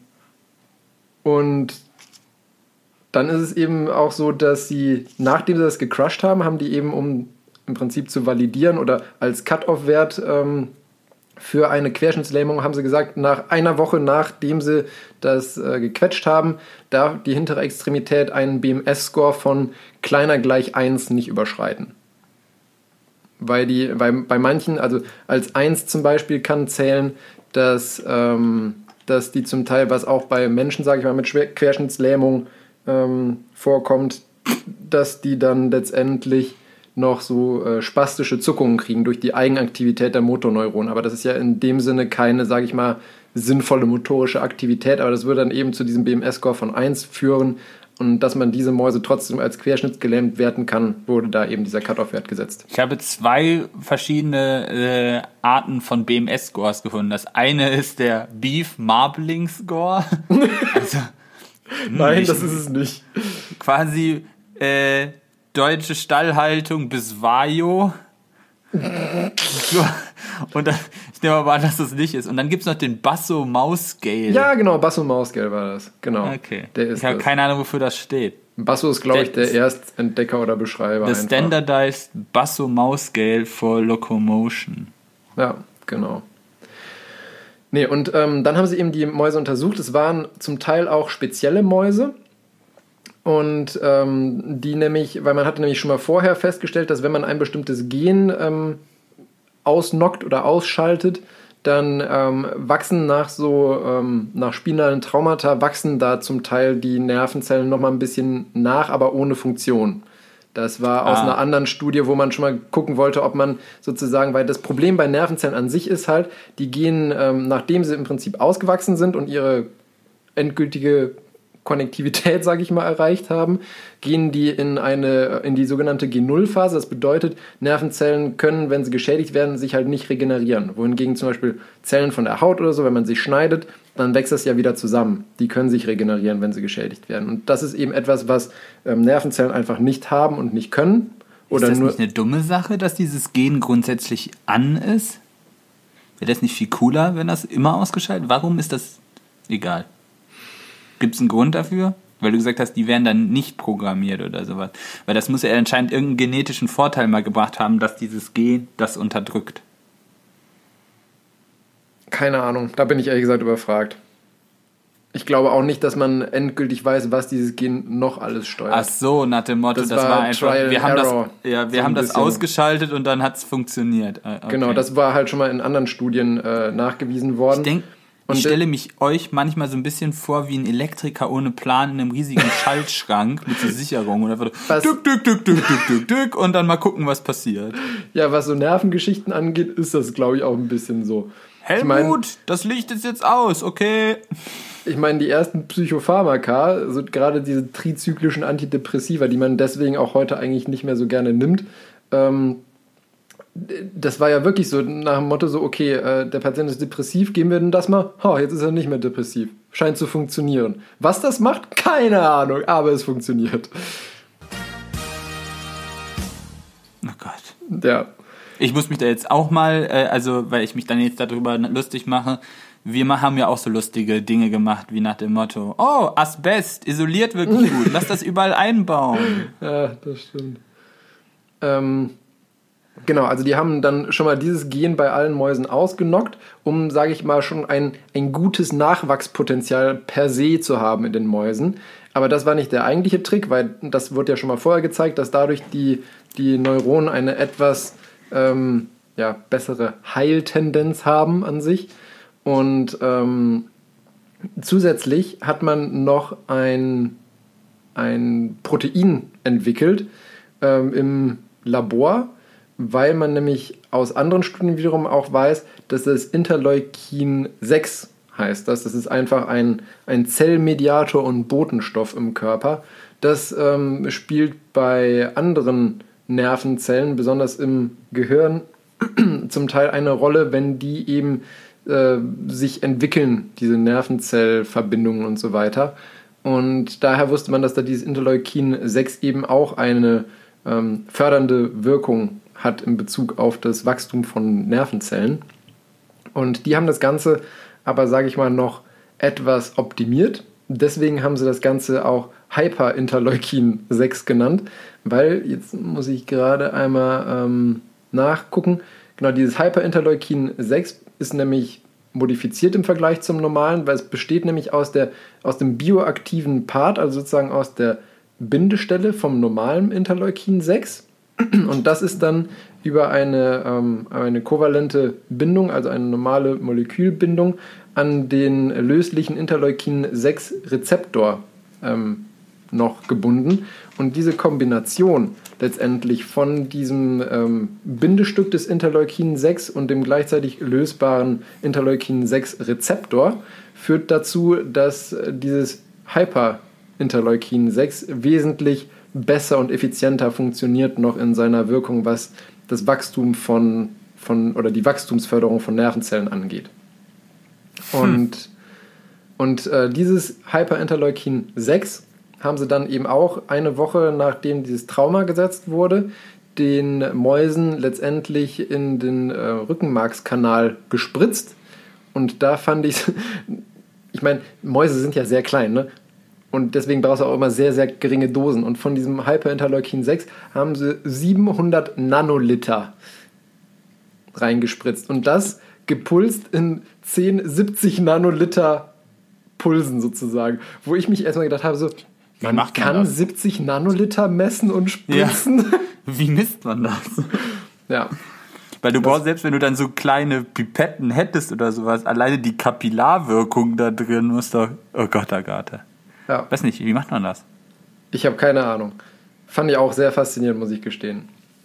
S2: Und dann ist es eben auch so, dass sie, nachdem sie das gecrushed haben, haben die eben, um im Prinzip zu validieren oder als Cut-Off-Wert ähm, für eine Querschnittslähmung, haben sie gesagt, nach einer Woche, nachdem sie das äh, gequetscht haben, darf die hintere Extremität einen B M S-Score von kleiner gleich eins nicht überschreiten. Weil die, bei, bei manchen, also als eins zum Beispiel kann zählen, dass... Ähm, dass die zum Teil, was auch bei Menschen, sage ich mal, mit Querschnittslähmung ähm, vorkommt, dass die dann letztendlich noch so äh, spastische Zuckungen kriegen durch die Eigenaktivität der Motorneuronen. Aber das ist ja in dem Sinne keine, sage ich mal, sinnvolle motorische Aktivität, aber das würde dann eben zu diesem B M S-Score von eins führen. Und dass man diese Mäuse trotzdem als querschnittsgelähmt werten kann, wurde da eben dieser Cut-Off-Wert gesetzt.
S1: Ich habe zwei verschiedene äh, Arten von B M S-Scores gefunden. Das eine ist der Beef Marbling Score. Also,
S2: Nein, das ist es nicht.
S1: Quasi äh, deutsche Stallhaltung bis Vajo. So, und dann, ich nehme aber an, dass das nicht ist. Und dann gibt es noch den Basso Mouse Scale.
S2: Ja, genau, Basso Mouse Scale war das. Genau.
S1: Okay.
S2: Der ist
S1: ich habe keine Ahnung, wofür das steht.
S2: Basso ist, glaube ich, der Erstentdecker oder Beschreiber.
S1: The Standardized Basso Mouse Scale for Locomotion.
S2: Ja, genau. Nee, und ähm, dann haben sie eben die Mäuse untersucht. Es waren zum Teil auch spezielle Mäuse. Und ähm, die nämlich, weil man hatte nämlich schon mal vorher festgestellt, dass wenn man ein bestimmtes Gen ähm, ausnockt oder ausschaltet, dann ähm, wachsen nach so, ähm, nach spinalen Traumata, wachsen da zum Teil die Nervenzellen nochmal ein bisschen nach, aber ohne Funktion. Das war aus ah. einer anderen Studie, wo man schon mal gucken wollte, ob man sozusagen, weil das Problem bei Nervenzellen an sich ist halt, die gehen, ähm, nachdem sie im Prinzip ausgewachsen sind und ihre endgültige Konnektivität, sage ich mal, erreicht haben, gehen die in eine in die sogenannte G null Phase. Das bedeutet, Nervenzellen können, wenn sie geschädigt werden, sich halt nicht regenerieren. Wohingegen zum Beispiel Zellen von der Haut oder so, wenn man sie schneidet, dann wächst das ja wieder zusammen. Die können sich regenerieren, wenn sie geschädigt werden. Und das ist eben etwas, was ähm, Nervenzellen einfach nicht haben und nicht können. Oder
S1: ist das
S2: nur
S1: nicht eine dumme Sache, dass dieses Gen grundsätzlich an ist? Wäre das nicht viel cooler, wenn das immer ausgeschaltet? Warum ist das egal? Gibt es einen Grund dafür? Weil du gesagt hast, die werden dann nicht programmiert oder sowas. Weil das muss ja anscheinend irgendeinen genetischen Vorteil mal gebracht haben, dass dieses Gen das unterdrückt.
S2: Keine Ahnung, da bin ich ehrlich gesagt überfragt. Ich glaube auch nicht, dass man endgültig weiß, was dieses Gen noch alles steuert.
S1: Ach so, nach dem Motto, das,
S2: das
S1: war,
S2: war
S1: einfach,
S2: Trial
S1: wir haben das,
S2: Error.
S1: ja, wir
S2: So
S1: haben das
S2: bisschen.
S1: ausgeschaltet und dann hat es funktioniert. Okay.
S2: Genau, das war halt schon mal in anderen Studien äh, nachgewiesen worden.
S1: Ich denke, ich stelle mich euch manchmal so ein bisschen vor wie ein Elektriker ohne Plan in einem riesigen Schaltschrank mit so Sicherung und einfach
S2: was,
S1: dück, dück, dück, dück, dück, dück, dück und dann mal gucken, was passiert.
S2: Ja, was so Nervengeschichten angeht, ist das, glaube ich, auch ein bisschen so.
S1: Helmut, ich mein, das Licht ist jetzt aus, okay.
S2: Ich meine, die ersten Psychopharmaka, also gerade diese trizyklischen Antidepressiva, die man deswegen auch heute eigentlich nicht mehr so gerne nimmt, ähm, das war ja wirklich so nach dem Motto so, okay, äh, der Patient ist depressiv, geben wir denn das mal? Ha, jetzt ist er nicht mehr depressiv. Scheint zu funktionieren. Was das macht? Keine Ahnung, aber es funktioniert.
S1: Oh Gott.
S2: Ja.
S1: Ich muss mich da jetzt auch mal, äh, also weil ich mich dann jetzt darüber lustig mache, wir haben ja auch so lustige Dinge gemacht, wie nach dem Motto, oh, Asbest, isoliert wirklich gut, lass das überall einbauen.
S2: Ja, das stimmt. Ähm... Genau, also die haben dann schon mal dieses Gen bei allen Mäusen ausgenockt, um, sage ich mal, schon ein, ein gutes Nachwachspotenzial per se zu haben in den Mäusen. Aber das war nicht der eigentliche Trick, weil das wurde ja schon mal vorher gezeigt, dass dadurch die, die Neuronen eine etwas ähm, ja, bessere Heiltendenz haben an sich. Und ähm, zusätzlich hat man noch ein, ein Protein entwickelt ähm, im Labor, weil man nämlich aus anderen Studien wiederum auch weiß, dass es Interleukin sechs heißt. Das, das ist einfach ein, ein Zellmediator und Botenstoff im Körper. Das ähm, spielt bei anderen Nervenzellen, besonders im Gehirn, zum Teil eine Rolle, wenn die eben äh, sich entwickeln, diese Nervenzellverbindungen und so weiter. Und daher wusste man, dass da dieses Interleukin sechs eben auch eine ähm, fördernde Wirkung hat in Bezug auf das Wachstum von Nervenzellen. Und die haben das Ganze aber, sage ich mal, noch etwas optimiert. Deswegen haben sie das Ganze auch Hyperinterleukin sechs genannt, weil, jetzt muss ich gerade einmal ähm, nachgucken, genau, dieses Hyperinterleukin sechs ist nämlich modifiziert im Vergleich zum normalen, weil es besteht nämlich aus, der, aus dem bioaktiven Part, also sozusagen aus der Bindestelle vom normalen Interleukin sechs. Und das ist dann über eine, ähm, eine kovalente Bindung, also eine normale Molekülbindung, an den löslichen Interleukin sechs Rezeptor ähm, noch gebunden. Und diese Kombination letztendlich von diesem ähm, Bindestück des Interleukin sechs und dem gleichzeitig lösbaren Interleukin sechs Rezeptor führt dazu, dass dieses Hyperinterleukin sechs wesentlich besser und effizienter funktioniert noch in seiner Wirkung, was das Wachstum von, von oder die Wachstumsförderung von Nervenzellen angeht. Und, hm. und äh, dieses Hyperinterleukin sechs haben sie dann eben auch eine Woche, nachdem dieses Trauma gesetzt wurde, den Mäusen letztendlich in den äh, Rückenmarkskanal gespritzt. Und da fand ich, ich meine, Mäuse sind ja sehr klein, ne? Und deswegen brauchst du auch immer sehr, sehr geringe Dosen. Und von diesem Hyperinterleukin sechs haben sie siebenhundert Nanoliter reingespritzt. Und das gepulst in zehn, siebzig Nanoliter Pulsen sozusagen. Wo ich mich erstmal gedacht habe, so, man, man kann das? siebzig Nanoliter messen und spritzen.
S1: Ja. Wie misst man das?
S2: Ja.
S1: Weil du brauchst, selbst wenn du dann so kleine Pipetten hättest oder sowas, alleine die Kapillarwirkung da drin muss doch, oh Gott, Agathe.
S2: Ja.
S1: Weiß nicht, wie macht man das?
S2: Ich habe keine Ahnung. Fand ich auch sehr faszinierend, muss ich gestehen.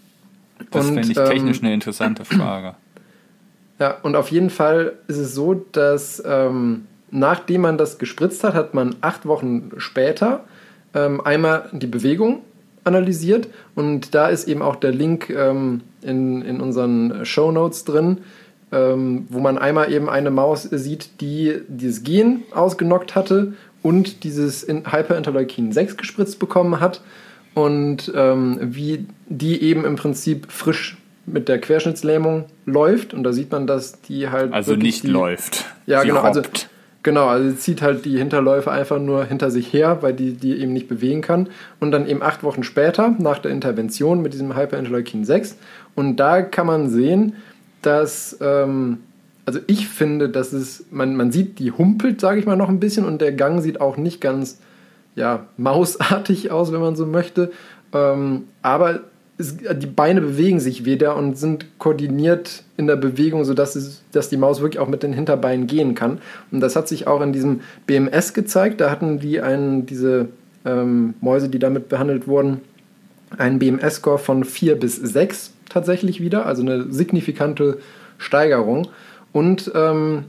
S1: Das finde ich technisch ähm, eine interessante Frage.
S2: Ja, und auf jeden Fall ist es so, dass ähm, nachdem man das gespritzt hat, hat man acht Wochen später ähm, einmal die Bewegung analysiert. Und da ist eben auch der Link ähm, in, in unseren Shownotes drin, ähm, wo man einmal eben eine Maus sieht, die dieses Gen ausgenockt hatte und dieses Hyperinterleukin sechs gespritzt bekommen hat und ähm, wie die eben im Prinzip frisch mit der Querschnittslähmung läuft. Und da sieht man, dass die halt
S1: also nicht
S2: die,
S1: läuft.
S2: Ja,
S1: sie
S2: genau.
S1: hoppt.
S2: Also, genau, also sie zieht halt die Hinterläufe einfach nur hinter sich her, weil die die eben nicht bewegen kann. Und dann eben acht Wochen später, nach der Intervention mit diesem Hyperinterleukin sechs. Und da kann man sehen, dass ähm, also ich finde, dass es, man, man sieht, die humpelt, sage ich mal, noch ein bisschen und der Gang sieht auch nicht ganz, ja, mausartig aus, wenn man so möchte. Ähm, aber es, die Beine bewegen sich wieder und sind koordiniert in der Bewegung, sodass es, dass die Maus wirklich auch mit den Hinterbeinen gehen kann. Und das hat sich auch in diesem B M S gezeigt. Da hatten die einen, diese ähm, Mäuse, die damit behandelt wurden, einen B M S-Score von vier bis sechs tatsächlich wieder, also eine signifikante Steigerung. Und ähm,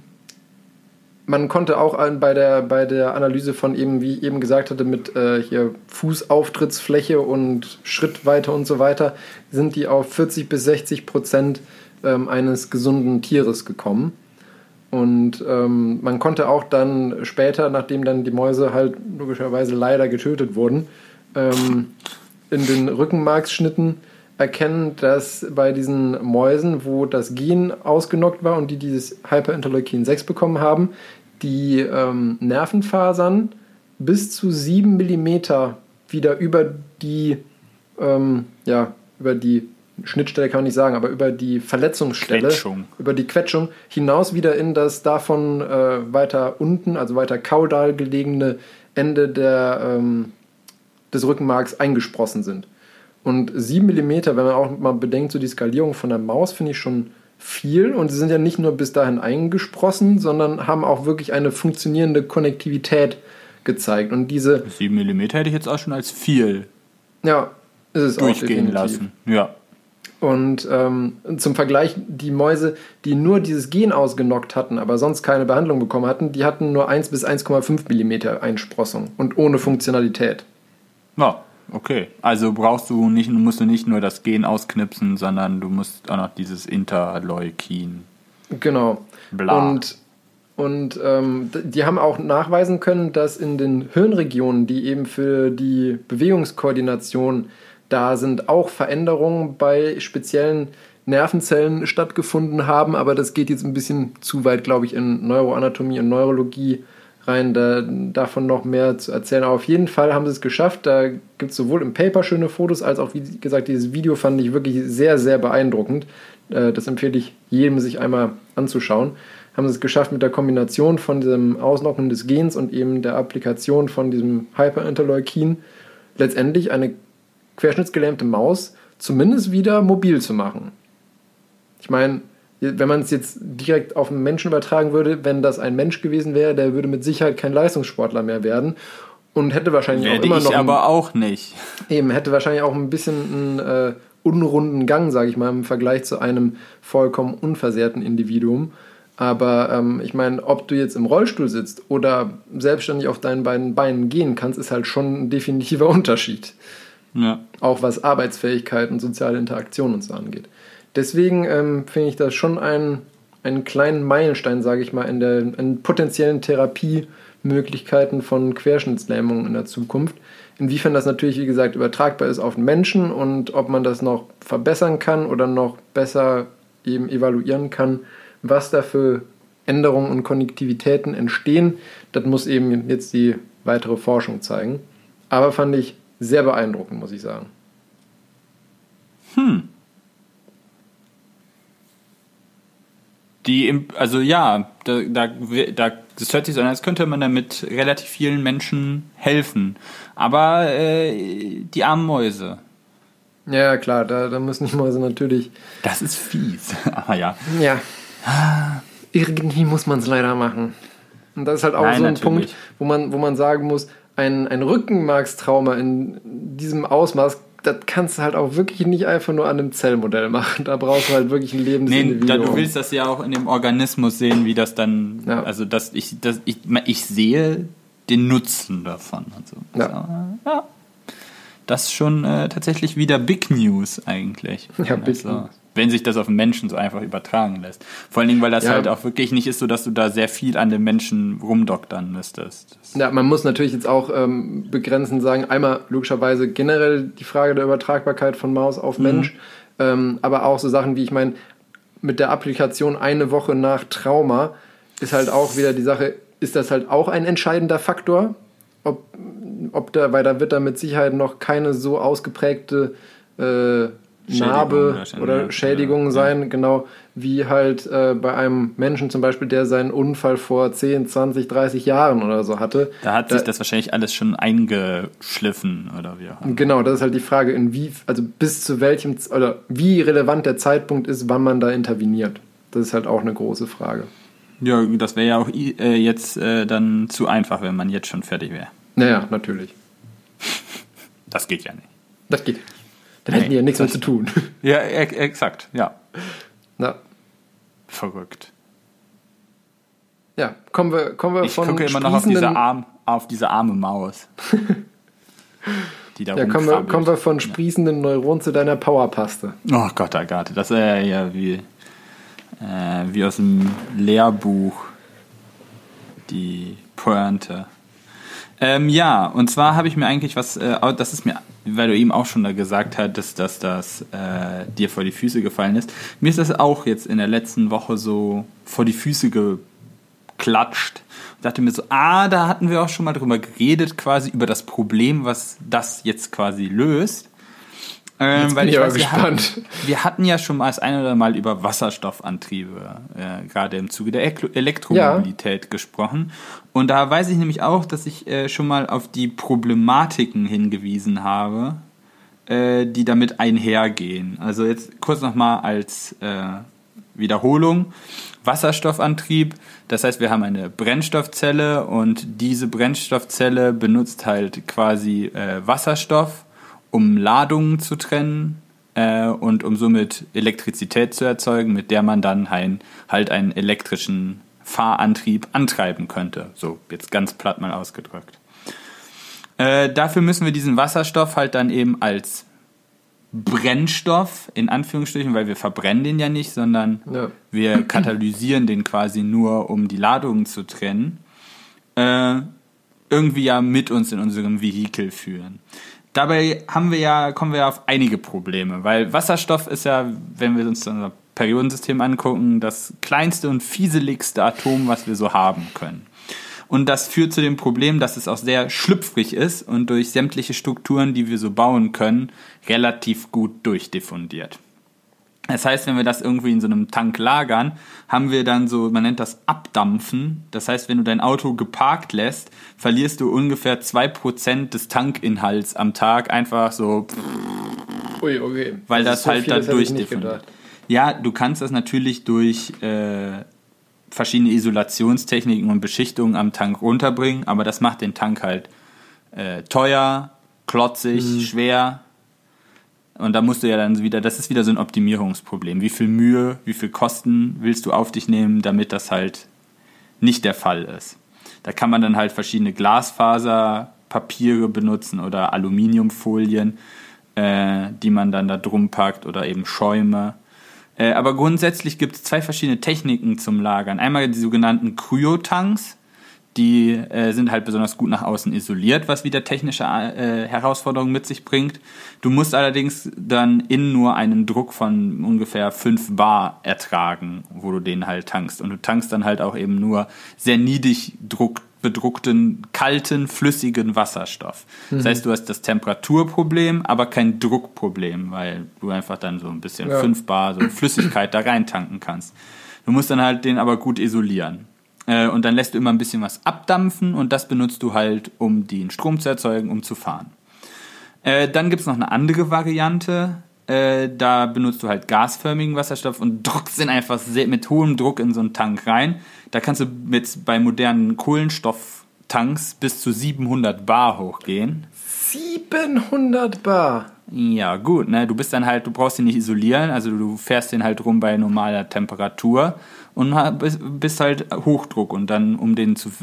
S2: man konnte auch bei der, bei der Analyse von eben, wie ich eben gesagt hatte, mit äh, hier Fußauftrittsfläche und Schrittweite und so weiter, sind die auf vierzig bis sechzig Prozent ähm, eines gesunden Tieres gekommen. Und ähm, man konnte auch dann später, nachdem dann die Mäuse halt logischerweise leider getötet wurden, ähm, in den Rückenmarksschnitten erkennen, dass bei diesen Mäusen, wo das Gen ausgenockt war und die dieses Hyperinterleukin sechs bekommen haben, die ähm, Nervenfasern bis zu sieben Millimeter wieder über die, ähm, ja, über die Schnittstelle kann man nicht sagen, aber über die Verletzungsstelle,
S1: Quetschung.
S2: über die Quetschung hinaus wieder in das davon äh, weiter unten, also weiter kaudal gelegene Ende der, ähm, des Rückenmarks eingesprossen sind. Und sieben Millimeter, wenn man auch mal bedenkt, so die Skalierung von der Maus, finde ich schon viel. Und sie sind ja nicht nur bis dahin eingesprossen, sondern haben auch wirklich eine funktionierende Konnektivität gezeigt. Und diese
S1: sieben Millimeter hätte ich jetzt auch schon als viel
S2: ja, ist es
S1: durchgehen
S2: auch
S1: lassen. Ja.
S2: Und ähm, zum Vergleich, die Mäuse, die nur dieses Gen ausgenockt hatten, aber sonst keine Behandlung bekommen hatten, die hatten nur eins bis eins Komma fünf Millimeter Einsprossung und ohne Funktionalität.
S1: Ja. Okay, also brauchst du nicht, musst du nicht nur das Gen ausknipsen, sondern du musst auch noch dieses Interleukin.
S2: Genau.
S1: Bla.
S2: Und, und ähm, die haben auch nachweisen können, dass in den Hirnregionen, die eben für die Bewegungskoordination da sind, auch Veränderungen bei speziellen Nervenzellen stattgefunden haben. Aber das geht jetzt ein bisschen zu weit, glaube ich, in Neuroanatomie und Neurologie rein, da, davon noch mehr zu erzählen. Aber auf jeden Fall haben sie es geschafft. Da gibt es sowohl im Paper schöne Fotos, als auch, wie gesagt, dieses Video fand ich wirklich sehr, sehr beeindruckend. Das empfehle ich jedem, sich einmal anzuschauen. Haben sie es geschafft, mit der Kombination von diesem Ausnocken des Gens und eben der Applikation von diesem Hyperinterleukin letztendlich eine querschnittsgelähmte Maus zumindest wieder mobil zu machen. Ich meine, wenn man es jetzt direkt auf einen Menschen übertragen würde, wenn das ein Mensch gewesen wäre, der würde mit Sicherheit kein Leistungssportler mehr werden und hätte wahrscheinlich
S1: Werde
S2: auch immer
S1: ich
S2: noch einen,
S1: aber auch nicht.
S2: Eben, hätte wahrscheinlich auch ein bisschen einen äh, unrunden Gang, sage ich mal, im Vergleich zu einem vollkommen unversehrten Individuum. Aber ähm, ich meine, ob du jetzt im Rollstuhl sitzt oder selbstständig auf deinen beiden Beinen gehen kannst, ist halt schon ein definitiver Unterschied.
S1: Ja.
S2: Auch was Arbeitsfähigkeit und soziale Interaktion und so angeht. Deswegen ähm, finde ich das schon einen, einen kleinen Meilenstein, sage ich mal, in der in potenziellen Therapiemöglichkeiten von Querschnittslähmungen in der Zukunft. Inwiefern das natürlich, wie gesagt, übertragbar ist auf den Menschen und ob man das noch verbessern kann oder noch besser eben evaluieren kann, was da für Änderungen und Konnektivitäten entstehen, das muss eben jetzt die weitere Forschung zeigen. Aber fand ich sehr beeindruckend, muss ich sagen.
S1: Hm. Die, also ja, da, da, da, das hört sich so an, als könnte man damit relativ vielen Menschen helfen. Aber äh, die armen Mäuse.
S2: Ja, klar, da, da müssen die Mäuse natürlich...
S1: Das ist fies, aber ja.
S2: Ja, irgendwie muss man es leider machen. Und das ist halt auch
S1: Nein,
S2: so ein
S1: natürlich.
S2: Punkt, wo man, wo man sagen muss, ein, ein Rückenmarkstrauma in diesem Ausmaß, das kannst du halt auch wirklich nicht einfach nur an einem Zellmodell machen. Da brauchst du halt wirklich ein lebendes
S1: Nee,
S2: Individuum.
S1: da, du willst das ja auch in dem Organismus sehen, wie das dann,
S2: Ja.
S1: also dass ich, dass ich, ich sehe den Nutzen davon. Und so.
S2: Ja.
S1: So, ja. Das ist schon äh, tatsächlich wieder Big News eigentlich.
S2: Ja, Big
S1: also,
S2: News.
S1: Wenn sich das auf den Menschen so einfach übertragen lässt. Vor allen Dingen, weil das
S2: Ja.
S1: halt auch wirklich nicht ist so, dass du da sehr viel an den Menschen rumdoktern müsstest. Das
S2: Ja, man muss natürlich jetzt auch ähm, begrenzen sagen, einmal logischerweise generell die Frage der Übertragbarkeit von Maus auf Mensch, ähm, aber auch so Sachen wie, ich meine, mit der Applikation eine Woche nach Trauma ist halt auch wieder die Sache, ist das halt auch ein entscheidender Faktor, ob, ob da, weil da wird da mit Sicherheit noch keine so ausgeprägte äh, Narbe oder Schädigung sein, ja. Genau, wie halt äh, bei einem Menschen zum Beispiel, der seinen Unfall vor zehn, zwanzig, dreißig Jahren oder so hatte.
S1: Da hat da, sich das wahrscheinlich alles schon eingeschliffen oder wie auch.
S2: Genau, das ist halt die Frage, in wie, also bis zu welchem, oder wie relevant der Zeitpunkt ist, wann man da interveniert. Das ist halt auch eine große Frage.
S1: Ja, das wäre ja auch äh, jetzt äh, dann zu einfach, wenn man jetzt schon fertig wäre.
S2: Naja, natürlich.
S1: Das geht ja nicht.
S2: Das geht. Dann hätten die ja nichts mehr zu tun.
S1: Ja, e- exakt, ja.
S2: Na.
S1: Verrückt.
S2: Ja, kommen wir, kommen wir
S1: ich
S2: von
S1: Ich gucke immer noch auf diese, Arm, auf diese arme Maus. Die da
S2: ja, kommen wir, kommen wir von sprießenden Neuronen zu deiner Powerpaste.
S1: Oh Gott, oh Gott. Das ist ja, ja wie, äh, wie aus dem Lehrbuch. Die Pointe. Ähm, ja, und zwar habe ich mir eigentlich was, äh, das ist mir, weil du eben auch schon da gesagt hattest, dass das äh, dir vor die Füße gefallen ist. Mir ist das auch jetzt in der letzten Woche so vor die Füße geklatscht. Und dachte mir so, ah, da hatten wir auch schon mal drüber geredet, quasi über das Problem, was das jetzt quasi löst. Ähm,
S2: jetzt bin
S1: weil
S2: ich
S1: ich
S2: aber
S1: weiß,
S2: gespannt.
S1: Wir hatten, wir hatten ja schon mal das ein oder mal über Wasserstoffantriebe, äh, gerade im Zuge der Elektromobilität ja. gesprochen. Und da weiß ich nämlich auch, dass ich äh, schon mal auf die Problematiken hingewiesen habe, äh, die damit einhergehen. Also jetzt kurz nochmal als äh, Wiederholung. Wasserstoffantrieb, das heißt, wir haben eine Brennstoffzelle und diese Brennstoffzelle benutzt halt quasi äh, Wasserstoff, um Ladungen zu trennen äh, und um somit Elektrizität zu erzeugen, mit der man dann ein, halt einen elektrischen Fahrantrieb antreiben könnte. So, jetzt ganz platt mal ausgedrückt. Äh, dafür müssen wir diesen Wasserstoff halt dann eben als Brennstoff, in Anführungsstrichen, weil wir verbrennen den ja nicht, sondern ja. wir katalysieren den quasi nur, um die Ladungen zu trennen, äh, irgendwie ja mit uns in unserem Vehikel führen. Dabei haben wir ja, kommen wir ja auf einige Probleme, weil Wasserstoff ist ja, wenn wir uns unser Periodensystem angucken, das kleinste und fieseligste Atom, was wir so haben können. Und das führt zu dem Problem, dass es auch sehr schlüpfrig ist und durch sämtliche Strukturen, die wir so bauen können, relativ gut durchdiffundiert. Das heißt, wenn wir das irgendwie in so einem Tank lagern, haben wir dann so, man nennt das Abdampfen. Das heißt, wenn du dein Auto geparkt lässt, verlierst du ungefähr zwei Prozent des Tankinhalts am Tag einfach so.
S2: Ui, okay.
S1: Weil das, das so halt da durchdiffundiert. Ja, du kannst das natürlich durch äh, verschiedene Isolationstechniken und Beschichtungen am Tank runterbringen, aber das macht den Tank halt äh, teuer, klotzig, mhm. schwer. Und da musst du ja dann wieder, das ist wieder so ein Optimierungsproblem. Wie viel Mühe, wie viel Kosten willst du auf dich nehmen, damit das halt nicht der Fall ist? Da kann man dann halt verschiedene Glasfaserpapiere benutzen oder Aluminiumfolien, äh, die man dann da drum packt oder eben Schäume. Äh, aber grundsätzlich gibt es zwei verschiedene Techniken zum Lagern. Einmal die sogenannten Cryotanks. Die äh, sind halt besonders gut nach außen isoliert, was wieder technische äh, Herausforderungen mit sich bringt. Du musst allerdings dann innen nur einen Druck von ungefähr fünf Bar ertragen, wo du den halt tankst. Und du tankst dann halt auch eben nur sehr niedrig Druck, bedruckten, kalten, flüssigen Wasserstoff. Mhm. Das heißt, du hast das Temperaturproblem, aber kein Druckproblem, weil du einfach dann so ein bisschen ja. fünf Bar so Flüssigkeit da rein tanken kannst. Du musst dann halt den aber gut isolieren. Und dann lässt du immer ein bisschen was abdampfen und das benutzt du halt, um den Strom zu erzeugen, um zu fahren. Äh, dann gibt es noch eine andere Variante. Äh, da benutzt du halt gasförmigen Wasserstoff und drückst den einfach sehr, mit hohem Druck in so einen Tank rein. Da kannst du mit, bei modernen Kohlenstofftanks bis zu siebenhundert Bar hochgehen.
S2: siebenhundert Bar?
S1: Ja, gut, ne? Du bist dann halt, du brauchst den nicht isolieren, also du fährst den halt rum bei normaler Temperatur und bist halt Hochdruck und dann, um den zu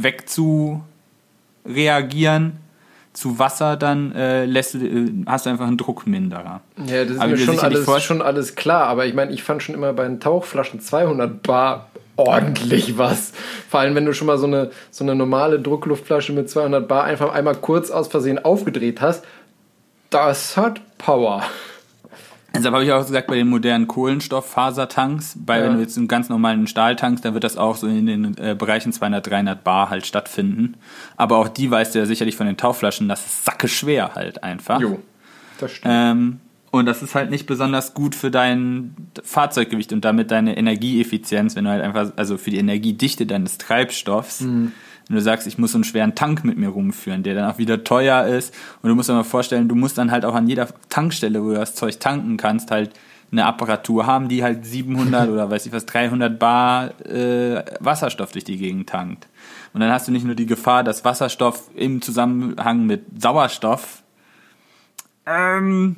S1: wegzureagieren zu Wasser, dann äh, lässt du, äh, hast du einfach einen Druckminderer.
S2: Ja, das ist aber mir schon alles, schon alles klar, aber ich meine, ich fand schon immer bei den Tauchflaschen zweihundert Bar ordentlich was. Vor allem, wenn du schon mal so eine, so eine normale Druckluftflasche mit zweihundert Bar einfach einmal kurz aus Versehen aufgedreht hast, das hat Power.
S1: Deshalb habe ich auch gesagt, bei den modernen Kohlenstofffasertanks, bei ja. wenn du jetzt einen ganz normalen Stahltanks, dann wird das auch so in den äh, Bereichen zweihundert, dreihundert Bar halt stattfinden. Aber auch die weißt du ja sicherlich von den Tauchflaschen, das ist sackeschwer halt einfach.
S2: Jo, das stimmt.
S1: Ähm, Und das ist halt nicht besonders gut für dein Fahrzeuggewicht und damit deine Energieeffizienz, wenn du halt einfach, also für die Energiedichte deines Treibstoffs, mhm. wenn du sagst, ich muss so einen schweren Tank mit mir rumführen, der dann auch wieder teuer ist. Und du musst dir mal vorstellen, du musst dann halt auch an jeder Tankstelle, wo du das Zeug tanken kannst, halt eine Apparatur haben, die halt siebenhundert oder weiß ich was, dreihundert Bar äh, Wasserstoff durch die Gegend tankt. Und dann hast du nicht nur die Gefahr, dass Wasserstoff im Zusammenhang mit Sauerstoff ähm,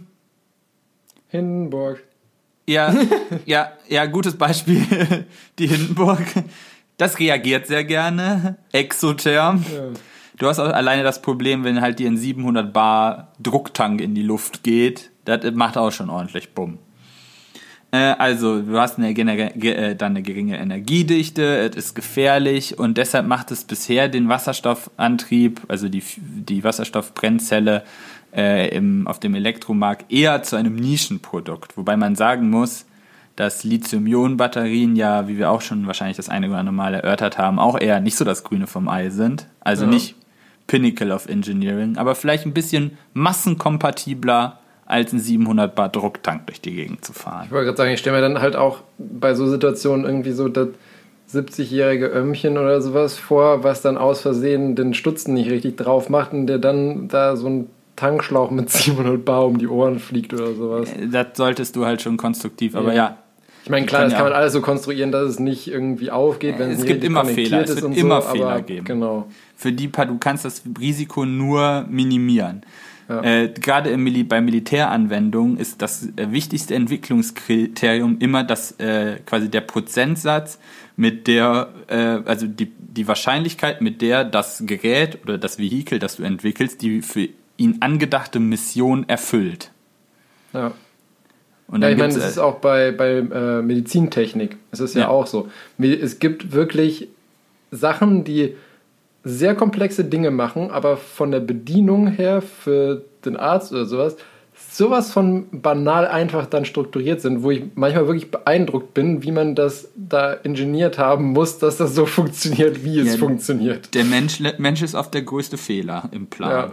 S2: Hindenburg.
S1: Ja, ja, ja, gutes Beispiel. Die Hindenburg. Das reagiert sehr gerne. Exotherm. Ja. Du hast auch alleine das Problem, wenn halt dir ein siebenhundert Bar Drucktank in die Luft geht. Das macht auch schon ordentlich Bumm. Äh, also, du hast eine, äh, dann eine geringe Energiedichte, es ist gefährlich und deshalb macht es bisher den Wasserstoffantrieb, also die, die Wasserstoffbrennzelle, Äh, im, auf dem Elektromarkt eher zu einem Nischenprodukt. Wobei man sagen muss, dass Lithium-Ionen-Batterien ja, wie wir auch schon wahrscheinlich das eine oder andere Mal erörtert haben, auch eher nicht so das Grüne vom Ei sind. Also ja. nicht Pinnacle of Engineering, aber vielleicht ein bisschen massenkompatibler als ein siebenhundert Bar Drucktank durch die Gegend zu fahren.
S2: Ich wollte gerade sagen, ich stelle mir dann halt auch bei so Situationen irgendwie so das siebzigjährige Ömmchen oder sowas vor, was dann aus Versehen den Stutzen nicht richtig drauf macht und der dann da so ein Tankschlauch mit siebenhundert Bar um die Ohren fliegt oder sowas.
S1: Das solltest du halt schon konstruktiv, aber ja. ja
S2: ich meine, klar, das kann man alles so konstruieren, dass es nicht irgendwie aufgeht, wenn es,
S1: es gibt immer Fehler, es wird immer so, Fehler geben.
S2: Genau.
S1: Für die paar, du kannst das Risiko nur minimieren. Ja. Äh, gerade im Mil- bei Militäranwendungen ist das äh, wichtigste Entwicklungskriterium immer das äh, quasi der Prozentsatz, mit der, äh, also die, die Wahrscheinlichkeit, mit der das Gerät oder das Vehikel, das du entwickelst, die für ihn angedachte Mission erfüllt.
S2: Ja. Und dann ja, ich meine, das ist auch bei, bei äh, Medizintechnik. Es ist ja, ja auch so. Es gibt wirklich Sachen, die sehr komplexe Dinge machen, aber von der Bedienung her für den Arzt oder sowas, sowas von banal einfach dann strukturiert sind, wo ich manchmal wirklich beeindruckt bin, wie man das da ingeniert haben muss, dass das so funktioniert, wie es ja, funktioniert.
S1: Der Mensch, Mensch ist oft der größte Fehler im Plan. Ja.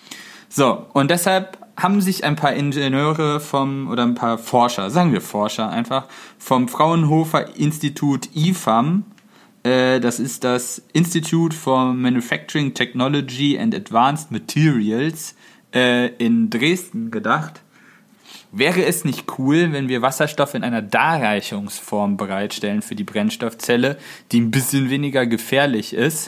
S1: So, und deshalb haben sich ein paar Ingenieure vom, oder ein paar Forscher, sagen wir Forscher einfach, vom Fraunhofer Institut I F A M, äh, das ist das Institute for Manufacturing Technology and Advanced Materials, äh, in Dresden gedacht, wäre es nicht cool, wenn wir Wasserstoff in einer Darreichungsform bereitstellen für die Brennstoffzelle, die ein bisschen weniger gefährlich ist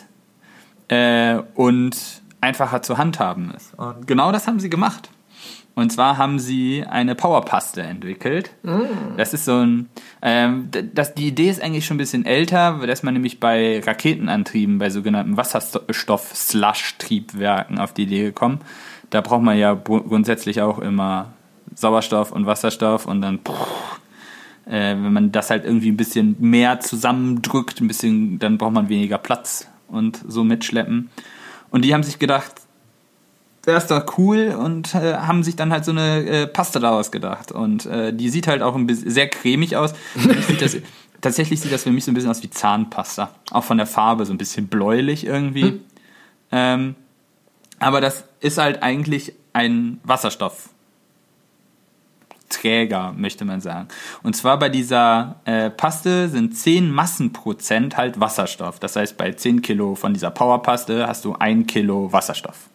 S1: äh, und einfacher zu handhaben ist. Und genau das haben sie gemacht. Und zwar haben sie eine Powerpaste entwickelt. Mm. Das ist so ein, ähm, das, die Idee ist eigentlich schon ein bisschen älter, dass man nämlich bei Raketenantrieben, bei sogenannten Wasserstoff-Slush-Triebwerken auf die Idee gekommen. Da braucht man ja grundsätzlich auch immer Sauerstoff und Wasserstoff und dann, pff, äh, wenn man das halt irgendwie ein bisschen mehr zusammendrückt, ein bisschen, dann braucht man weniger Platz und so mitschleppen. Und die haben sich gedacht, das ist doch cool und äh, haben sich dann halt so eine äh, Paste daraus gedacht. Und äh, die sieht halt auch ein bisschen sehr cremig aus. sieht das, tatsächlich sieht das für mich so ein bisschen aus wie Zahnpasta. Auch von der Farbe so ein bisschen bläulich irgendwie. Hm. Ähm, aber das ist halt eigentlich ein Wasserstoffträger, möchte man sagen. Und zwar bei dieser äh, Paste sind zehn Massenprozent halt Wasserstoff. Das heißt, bei zehn Kilo von dieser Powerpaste hast du ein Kilo Wasserstoff.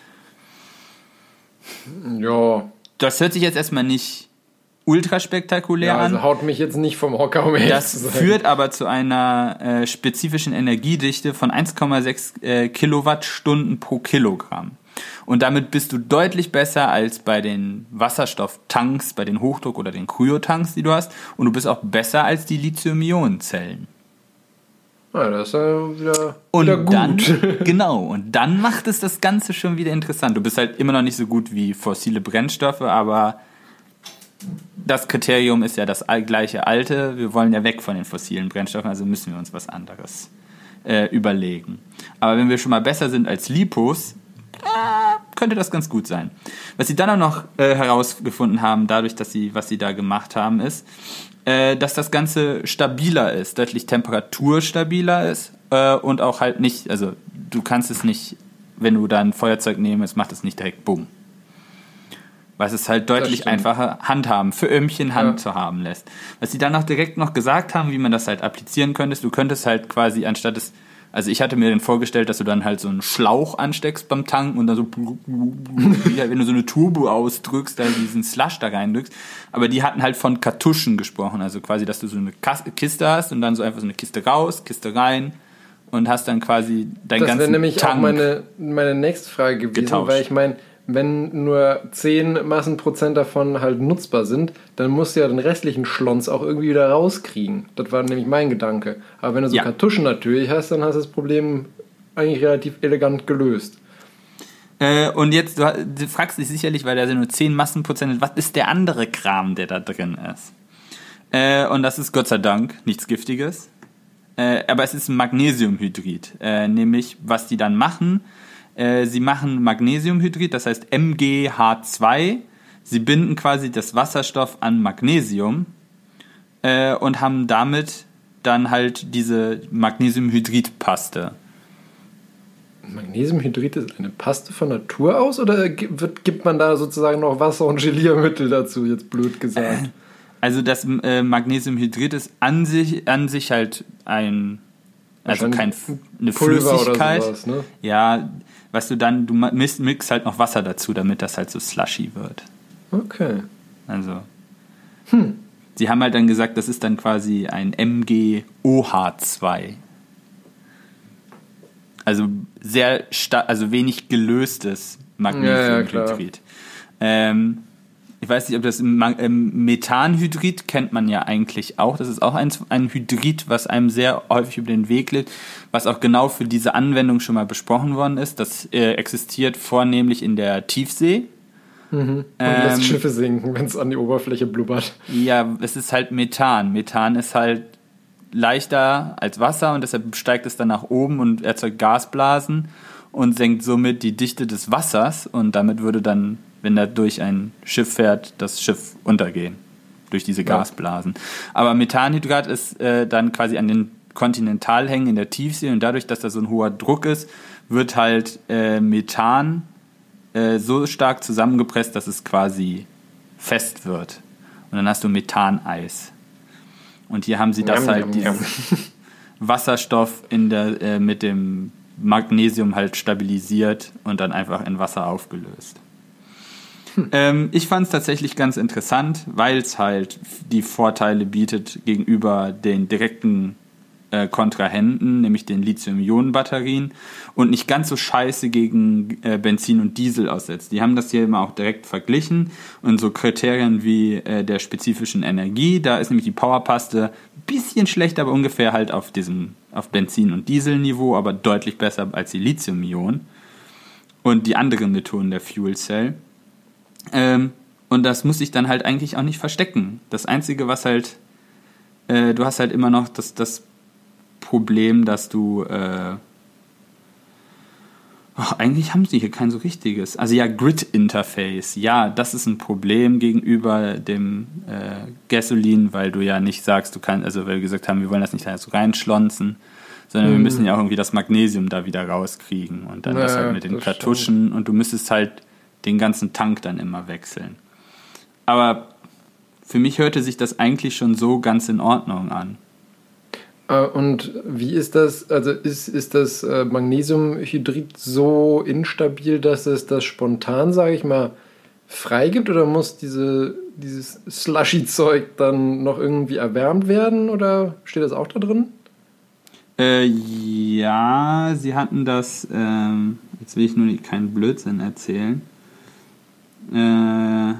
S2: Ja.
S1: Das hört sich jetzt erstmal nicht ultra spektakulär ja, also
S2: an. Haut mich jetzt nicht vom Hocker, um ehrlich
S1: Das
S2: zu sein.
S1: führt aber zu einer äh, spezifischen Energiedichte von eins Komma sechs äh, Kilowattstunden pro Kilogramm. Und damit bist du deutlich besser als bei den Wasserstofftanks, bei den Hochdruck- oder den Kryotanks, die du hast. Und du bist auch besser als die Lithium-Ionen-Zellen.
S2: Ja, das ist ja wieder,
S1: und
S2: wieder gut.
S1: Dann, genau, und dann macht es das Ganze schon wieder interessant. Du bist halt immer noch nicht so gut wie fossile Brennstoffe, aber das Kriterium ist ja das gleiche alte. Wir wollen ja weg von den fossilen Brennstoffen, also müssen wir uns was anderes äh, überlegen. Aber wenn wir schon mal besser sind als Lipos, äh, könnte das ganz gut sein. Was sie dann auch noch äh, herausgefunden haben, dadurch, dass sie, was sie da gemacht haben, ist, äh, dass das Ganze stabiler ist, deutlich temperaturstabiler ist äh, und auch halt nicht, also du kannst es nicht, wenn du da ein Feuerzeug nimmst, macht es nicht direkt Bumm. Was es halt deutlich einfacher handhaben, für Öhmchen Hand ja. zu haben lässt. Was sie dann auch direkt noch gesagt haben, wie man das halt applizieren könntest, du könntest halt quasi anstatt es, also ich hatte mir dann vorgestellt, dass du dann halt so einen Schlauch ansteckst beim Tanken und dann so, wenn du so eine Turbo ausdrückst, dann diesen Slush da reindrückst. Aber die hatten halt von Kartuschen gesprochen, also quasi, dass du so eine Kiste hast und dann so einfach so eine Kiste raus, Kiste rein und hast dann quasi dein ganzen Tank. Das wäre nämlich auch
S2: meine, meine nächste Frage gewesen, getauscht. Weil ich meine, wenn nur zehn Massenprozent davon halt nutzbar sind, dann musst du ja den restlichen Schlons auch irgendwie wieder rauskriegen. Das war nämlich mein Gedanke. Aber wenn du so ja. Kartuschen natürlich hast, dann hast du das Problem eigentlich relativ elegant gelöst.
S1: Äh, und jetzt, du, du fragst dich sicherlich, weil da sind nur zehn Massenprozent sind, was ist der andere Kram, der da drin ist? Äh, und das ist Gott sei Dank nichts Giftiges. Äh, aber es ist ein Magnesiumhydrid. Äh, nämlich, was die dann machen, sie machen Magnesiumhydrid, das heißt M G H zwei. Sie binden quasi das Wasserstoff an Magnesium äh, und haben damit dann halt diese Magnesiumhydridpaste.
S2: Magnesiumhydrid ist eine Paste von Natur aus oder gibt, gibt man da sozusagen noch Wasser und Geliermittel dazu, jetzt blöd gesagt?
S1: Also das äh, Magnesiumhydrid ist an sich, an sich halt ein, also kein, eine
S2: Pulver
S1: Flüssigkeit.
S2: Oder sowas, ne?
S1: Ja, was du dann, du mixst, mixst halt noch Wasser dazu, damit das halt so slushy wird.
S2: Okay.
S1: Also. Hm. Sie haben halt dann gesagt, das ist dann quasi ein M G O H zwei. Also sehr sta- also wenig gelöstes Magnesiumhydrid. Ja, ja, ähm, ich weiß nicht, ob das ähm, Methanhydrid kennt man ja eigentlich auch. Das ist auch ein, ein Hydrid, was einem sehr häufig über den Weg liegt, was auch genau für diese Anwendung schon mal besprochen worden ist. Das äh, existiert vornehmlich in der Tiefsee.
S2: Mhm. Und ähm, lässt Schiffe sinken, wenn es an die Oberfläche blubbert.
S1: Ja, es ist halt Methan. Methan ist halt leichter als Wasser und deshalb steigt es dann nach oben und erzeugt Gasblasen und senkt somit die Dichte des Wassers und damit würde dann, wenn da durch ein Schiff fährt, das Schiff untergehen. Durch diese Gasblasen. Ja. Aber Methanhydrat ist äh, dann quasi an den Kontinentalhängen in der Tiefsee und dadurch, dass da so ein hoher Druck ist, wird halt äh, Methan äh, so stark zusammengepresst, dass es quasi fest wird. Und dann hast du Methaneis. Und hier haben sie das
S2: jam,
S1: halt,
S2: jam,
S1: diesen
S2: jam.
S1: Wasserstoff in der, äh, mit dem Magnesium halt stabilisiert und dann einfach in Wasser aufgelöst. Hm. Ähm, ich fand es tatsächlich ganz interessant, weil es halt die Vorteile bietet gegenüber den direkten äh, Kontrahenten, nämlich den Lithium-Ionen-Batterien und nicht ganz so scheiße gegen äh, Benzin und Diesel aussetzt. Die haben das hier immer auch direkt verglichen und so Kriterien wie äh, der spezifischen Energie, da ist nämlich die Powerpaste ein bisschen schlechter, aber ungefähr halt auf diesem auf Benzin- und Dieselniveau, aber deutlich besser als die Lithium-Ionen und die anderen Methoden der Fuel Cell. Ähm, und das muss ich dann halt eigentlich auch nicht verstecken. Das Einzige, was halt, äh, du hast halt immer noch das, das Problem, dass du, äh, oh, eigentlich haben sie hier kein so richtiges. Also ja, Grid-Interface, ja, das ist ein Problem gegenüber dem äh, Gasoline, weil du ja nicht sagst, du kannst, also weil wir gesagt haben, wir wollen das nicht so reinschlonzen, sondern mhm. wir müssen ja auch irgendwie das Magnesium da wieder rauskriegen und dann naja, das halt mit den Kartuschen und du müsstest halt den ganzen Tank dann immer wechseln. Aber für mich hörte sich das eigentlich schon so ganz in Ordnung an.
S2: Und wie ist das, also ist, ist das Magnesiumhydrid so instabil, dass es das spontan, sage ich mal, freigibt oder muss diese, dieses Slushy-Zeug dann noch irgendwie erwärmt werden oder steht das auch da drin?
S1: Äh, ja, sie hatten das, ähm, jetzt will ich nur keinen Blödsinn erzählen. Äh,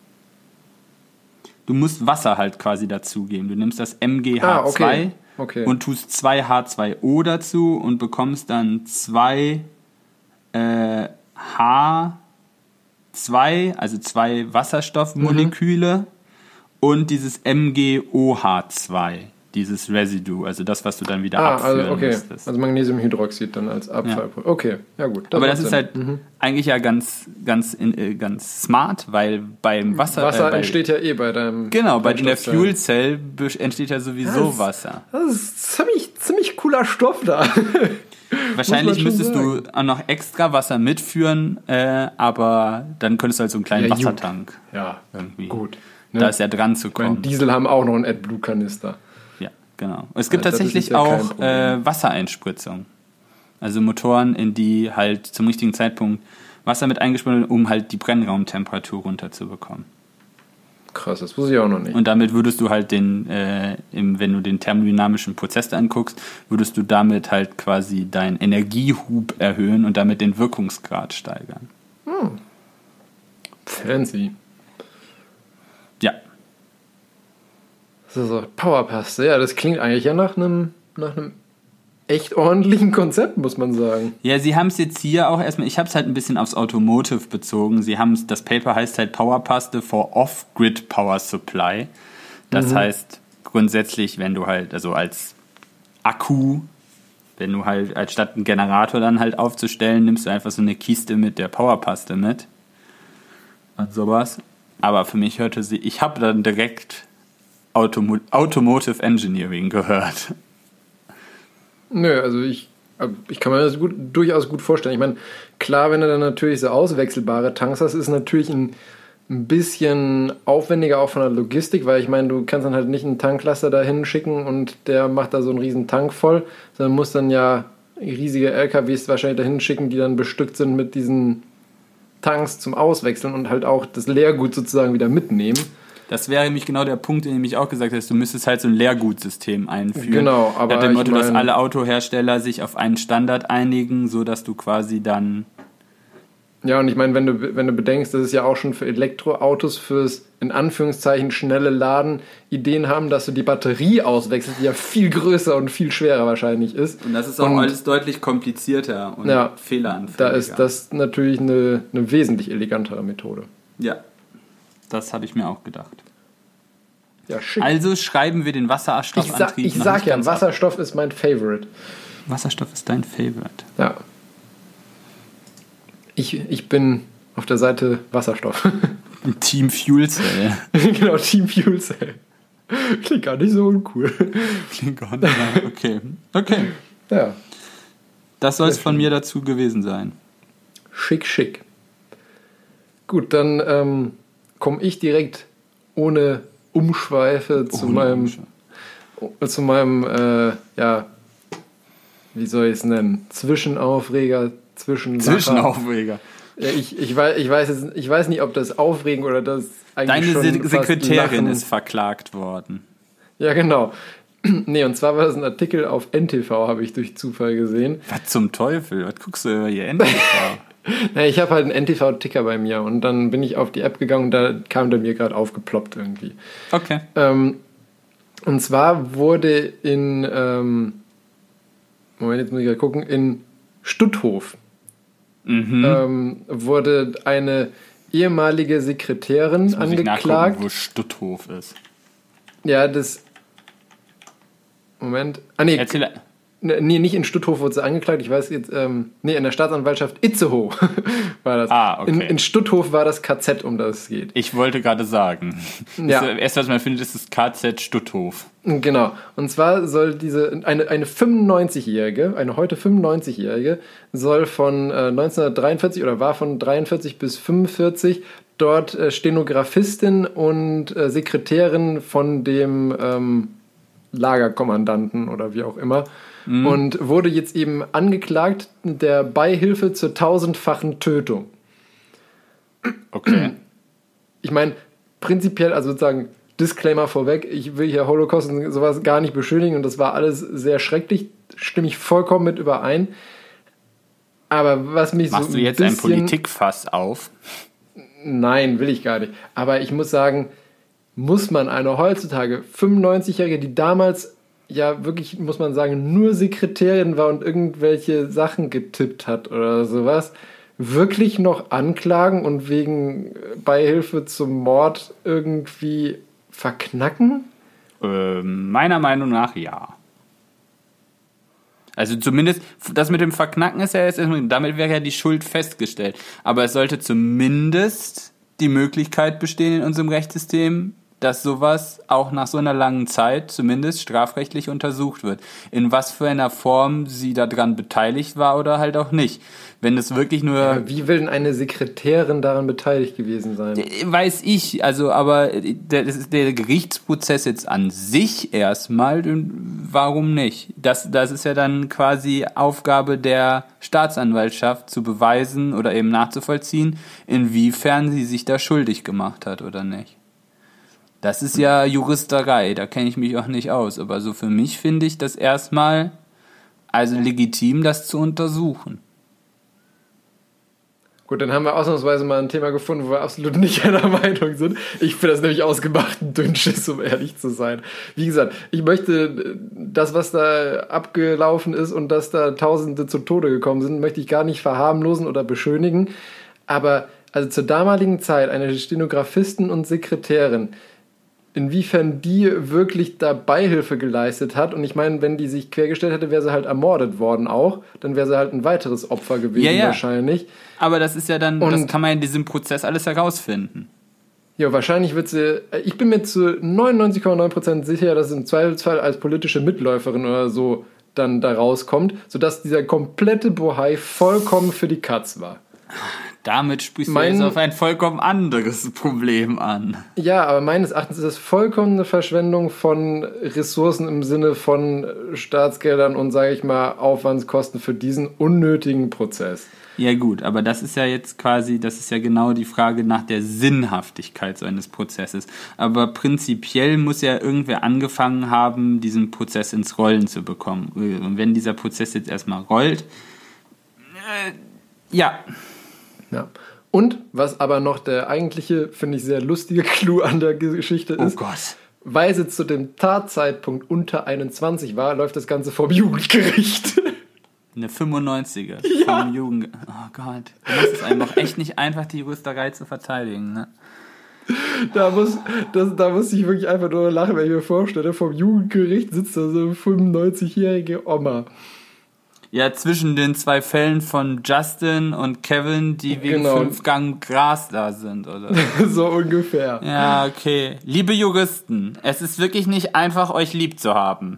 S1: du musst Wasser halt quasi dazugeben. Du nimmst das M G H zwei ah, okay. Okay. und tust zwei H zwei O dazu und bekommst dann zwei äh, H zwei, also zwei Wasserstoffmoleküle mhm. und dieses M G O H zwei. Dieses Residue, also das, was du dann wieder
S2: ah,
S1: abführen
S2: also okay.
S1: müsstest.
S2: Also Magnesiumhydroxid dann als Abfall. Ja. Okay, ja gut.
S1: Das Aber das ist Sinn. halt mhm. eigentlich ja ganz, ganz, äh, ganz smart, weil beim Wasser...
S2: Wasser
S1: äh, bei,
S2: entsteht ja eh bei deinem...
S1: Genau, bei der Fuel Cell entsteht ja sowieso
S2: das,
S1: Wasser.
S2: Das ist ziemlich, ziemlich cooler Stoff da.
S1: Wahrscheinlich müsstest
S2: sagen.
S1: du auch noch extra Wasser mitführen, äh, aber dann könntest du halt so einen kleinen
S2: Ja,
S1: Wassertank
S2: Ja,
S1: irgendwie.
S2: gut.
S1: Da ist ja dran zu
S2: Ich meine,
S1: kommen.
S2: Diesel haben auch noch einen AdBlue-Kanister.
S1: Ja, genau. Es gibt
S2: Ja, das
S1: tatsächlich
S2: ist ja kein
S1: auch
S2: Problem.
S1: äh, Wassereinspritzung. Also Motoren, in die halt zum richtigen Zeitpunkt Wasser mit eingespritzt wird, um halt die Brennraumtemperatur runterzubekommen.
S2: Krass, das wusste ich auch noch nicht.
S1: Und damit würdest du halt den, äh, im, wenn du den thermodynamischen Prozess anguckst, würdest du damit halt quasi deinen Energiehub erhöhen und damit den Wirkungsgrad steigern.
S2: Fancy.
S1: Ja.
S2: So, so, Powerpaste, ja, das klingt eigentlich ja nach einem nach einem echt ordentlichen Konzept, muss man sagen.
S1: Ja, sie haben es jetzt hier auch erstmal, ich habe es halt ein bisschen aufs Automotive bezogen. Sie haben das Paper heißt halt Powerpaste for Off-Grid Power Supply. Das
S2: Mhm.
S1: heißt grundsätzlich, wenn du halt, also als Akku, wenn du halt, als statt einen Generator dann halt aufzustellen, nimmst du einfach so eine Kiste mit der Powerpaste mit. Und sowas. Aber für mich hörte sie, ich habe dann direkt Automo- Automotive Engineering gehört.
S2: Nö, also ich, ich kann mir das gut, durchaus gut vorstellen. Ich meine, klar, wenn du dann natürlich so auswechselbare Tanks hast, ist natürlich ein, ein bisschen aufwendiger auch von der Logistik, weil ich meine, du kannst dann halt nicht einen Tanklaster da hinschicken und der macht da so einen riesen Tank voll, sondern musst dann ja riesige L K Ws wahrscheinlich dahin schicken, die dann bestückt sind mit diesen Tanks zum Auswechseln und halt auch das Leergut sozusagen wieder mitnehmen.
S1: Das wäre nämlich genau der Punkt, den du mich auch gesagt hast. Du müsstest halt so ein Leergutsystem einführen.
S2: Genau, aber
S1: Nach dem Motto,
S2: ich
S1: dass
S2: mein-
S1: alle Autohersteller sich auf einen Standard einigen, sodass du quasi dann...
S2: Ja, und ich meine, wenn du, wenn du bedenkst, dass es ja auch schon für Elektroautos fürs, in Anführungszeichen, schnelle Laden Ideen haben, dass du die Batterie auswechselst, die ja viel größer und viel schwerer wahrscheinlich ist.
S1: Und das ist auch
S2: Und
S1: alles deutlich komplizierter und
S2: Ja,
S1: fehleranfälliger.
S2: Da ist das natürlich eine, eine wesentlich elegantere Methode.
S1: Ja, das habe ich mir auch gedacht.
S2: Ja, schick.
S1: Also schreiben wir den
S2: ich
S1: Wasserstoffantrieb
S2: sag, ich
S1: noch
S2: sag
S1: nicht
S2: ja,
S1: ganz ab.
S2: Wasserstoff ist mein Favorite.
S1: Wasserstoff ist dein Favorite.
S2: Ja. Ich, ich bin auf der Seite Wasserstoff.
S1: Team Fuel Cell.
S2: Genau, Team Fuel Cell. Klingt gar nicht so uncool.
S1: Klingt gar nicht mal- Okay, okay.
S2: Ja,
S1: Das soll es von mir dazu gewesen sein.
S2: schick, schick. Gut, dann ähm, komme ich direkt ohne Umschweife zu
S1: Ohne
S2: meinem,
S1: Umschweife.
S2: zu meinem, äh, ja, wie soll ich es nennen? Zwischenaufreger, Zwischenlacher.
S1: Zwischenaufreger.
S2: Ja, ich, ich, weiß, ich, weiß jetzt, ich weiß nicht, ob das Aufregen oder das eigentlich
S1: Deine
S2: schon
S1: Se-
S2: fast
S1: Sekretärin
S2: Lachen-
S1: ist verklagt worden.
S2: Ja, genau. Nee, und zwar war das ein Artikel auf N T V, habe ich durch Zufall gesehen.
S1: Was zum Teufel? Was guckst du über hier N T V?
S2: Ja, ich habe halt einen N T V-Ticker bei mir und dann bin ich auf die App gegangen und da kam der mir gerade aufgeploppt irgendwie.
S1: Okay.
S2: Ähm, und zwar wurde in, ähm, Moment, jetzt muss ich gerade gucken, in Stutthof
S1: Mhm.
S2: ähm, wurde eine ehemalige Sekretärin
S1: Jetzt muss ich
S2: angeklagt.
S1: nachgucken, wo Stutthof ist.
S2: Ja, das. Moment. Ah, nee,
S1: Erzähl.
S2: ne, nee, nicht in Stutthof wurde sie angeklagt. Ich weiß jetzt, ähm, nee, in der Staatsanwaltschaft Itzehoe war das.
S1: Ah, okay.
S2: In, in Stutthof war das K Z, um das es geht.
S1: Ich wollte gerade sagen.
S2: Ja.
S1: Das erste, was man findet, ist das K Z Stutthof.
S2: Genau. Und zwar soll diese, eine, eine fünfundneunzigjährige, eine heute fünfundneunzigjährige, soll von äh, neunzehnhundertdreiundvierzig oder war von dreiundvierzig bis fünfundvierzig dort äh, Stenografistin und äh, Sekretärin von dem ähm, Lagerkommandanten oder wie auch immer.
S1: Mhm.
S2: Und wurde jetzt eben angeklagt der Beihilfe zur tausendfachen Tötung.
S1: Okay.
S2: Ich meine, prinzipiell, also sozusagen Disclaimer vorweg, ich will hier Holocaust und sowas gar nicht beschönigen und das war alles sehr schrecklich, stimme ich vollkommen mit überein. Aber was mich
S1: Machst
S2: so
S1: du
S2: ein
S1: jetzt ein
S2: bisschen...
S1: Politikfass auf?
S2: Nein, will ich gar nicht. Aber ich muss sagen, muss man eine heutzutage fünfundneunzigjährige, die damals ja wirklich, muss man sagen, nur Sekretärin war und irgendwelche Sachen getippt hat oder sowas, wirklich noch anklagen und wegen Beihilfe zum Mord irgendwie verknacken?
S1: Ähm, meiner Meinung nach ja. Also zumindest, das mit dem Verknacken ist ja jetzt, damit wäre ja die Schuld festgestellt. Aber es sollte zumindest die Möglichkeit bestehen in unserem Rechtssystem, dass sowas auch nach so einer langen Zeit zumindest strafrechtlich untersucht wird. In was für einer Form sie daran beteiligt war oder halt auch nicht. Wenn es wirklich nur...
S2: Ja, wie will denn eine Sekretärin daran beteiligt gewesen sein?
S1: Weiß ich, also aber der, der Gerichtsprozess jetzt an sich erstmal, warum nicht? Das, das ist ja dann quasi Aufgabe der Staatsanwaltschaft zu beweisen oder eben nachzuvollziehen, inwiefern sie sich da schuldig gemacht hat oder nicht. Das ist ja Juristerei, da kenne ich mich auch nicht aus. Aber so für mich finde ich das erstmal also legitim, das zu untersuchen.
S2: Gut, dann haben wir ausnahmsweise mal ein Thema gefunden, wo wir absolut nicht einer Meinung sind. Ich finde das nämlich ausgemachten Dünnschiss, um ehrlich zu sein. Wie gesagt, ich möchte das, was da abgelaufen ist und dass da Tausende zu Tode gekommen sind, möchte ich gar nicht verharmlosen oder beschönigen. Aber also zur damaligen Zeit eine Stenografistin und Sekretärin, inwiefern die wirklich da Beihilfe geleistet hat. Und ich meine, wenn die sich quergestellt hätte, wäre sie halt ermordet worden auch. Dann wäre sie halt ein weiteres Opfer gewesen, ja, ja. wahrscheinlich.
S1: Aber das ist ja dann, und das kann man in diesem Prozess alles herausfinden.
S2: Ja, wahrscheinlich wird sie, ich bin mir zu neunundneunzig Komma neun Prozent sicher, dass sie im Zweifelsfall als politische Mitläuferin oder so dann da rauskommt, sodass dieser komplette Bohai vollkommen für die Katz war.
S1: Damit sprichst du mein, jetzt auf ein vollkommen anderes Problem an.
S2: Ja, aber meines Erachtens ist das vollkommene Verschwendung von Ressourcen im Sinne von Staatsgeldern und, sage ich mal, Aufwandskosten für diesen unnötigen Prozess.
S1: Ja gut, aber das ist ja jetzt quasi, das ist ja genau die Frage nach der Sinnhaftigkeit so eines Prozesses. Aber prinzipiell muss ja irgendwer angefangen haben, diesen Prozess ins Rollen zu bekommen. Und wenn dieser Prozess jetzt erstmal rollt, äh, ja...
S2: Ja. Und was aber noch der eigentliche, finde ich, sehr lustige Clou an der Geschichte ist,
S1: oh Gott.
S2: Weil sie zu dem Tatzeitpunkt unter einundzwanzig war, läuft das Ganze vom Jugendgericht.
S1: Eine fünfundneunziger
S2: ja.
S1: vom Jugend. Oh Gott. Das ist einfach echt nicht einfach, die Juristerei zu verteidigen, ne?
S2: Da muss, das, da muss ich wirklich einfach nur lachen, wenn ich mir vorstelle, vom Jugendgericht sitzt da so eine fünfundneunzigjährige Oma.
S1: Ja, zwischen den zwei Fällen von Justin und Kevin, die wegen
S2: genau.
S1: fünf Gang Gras da sind, oder?
S2: So ungefähr.
S1: Ja, okay. Liebe Juristen, es ist wirklich nicht einfach, euch lieb zu haben.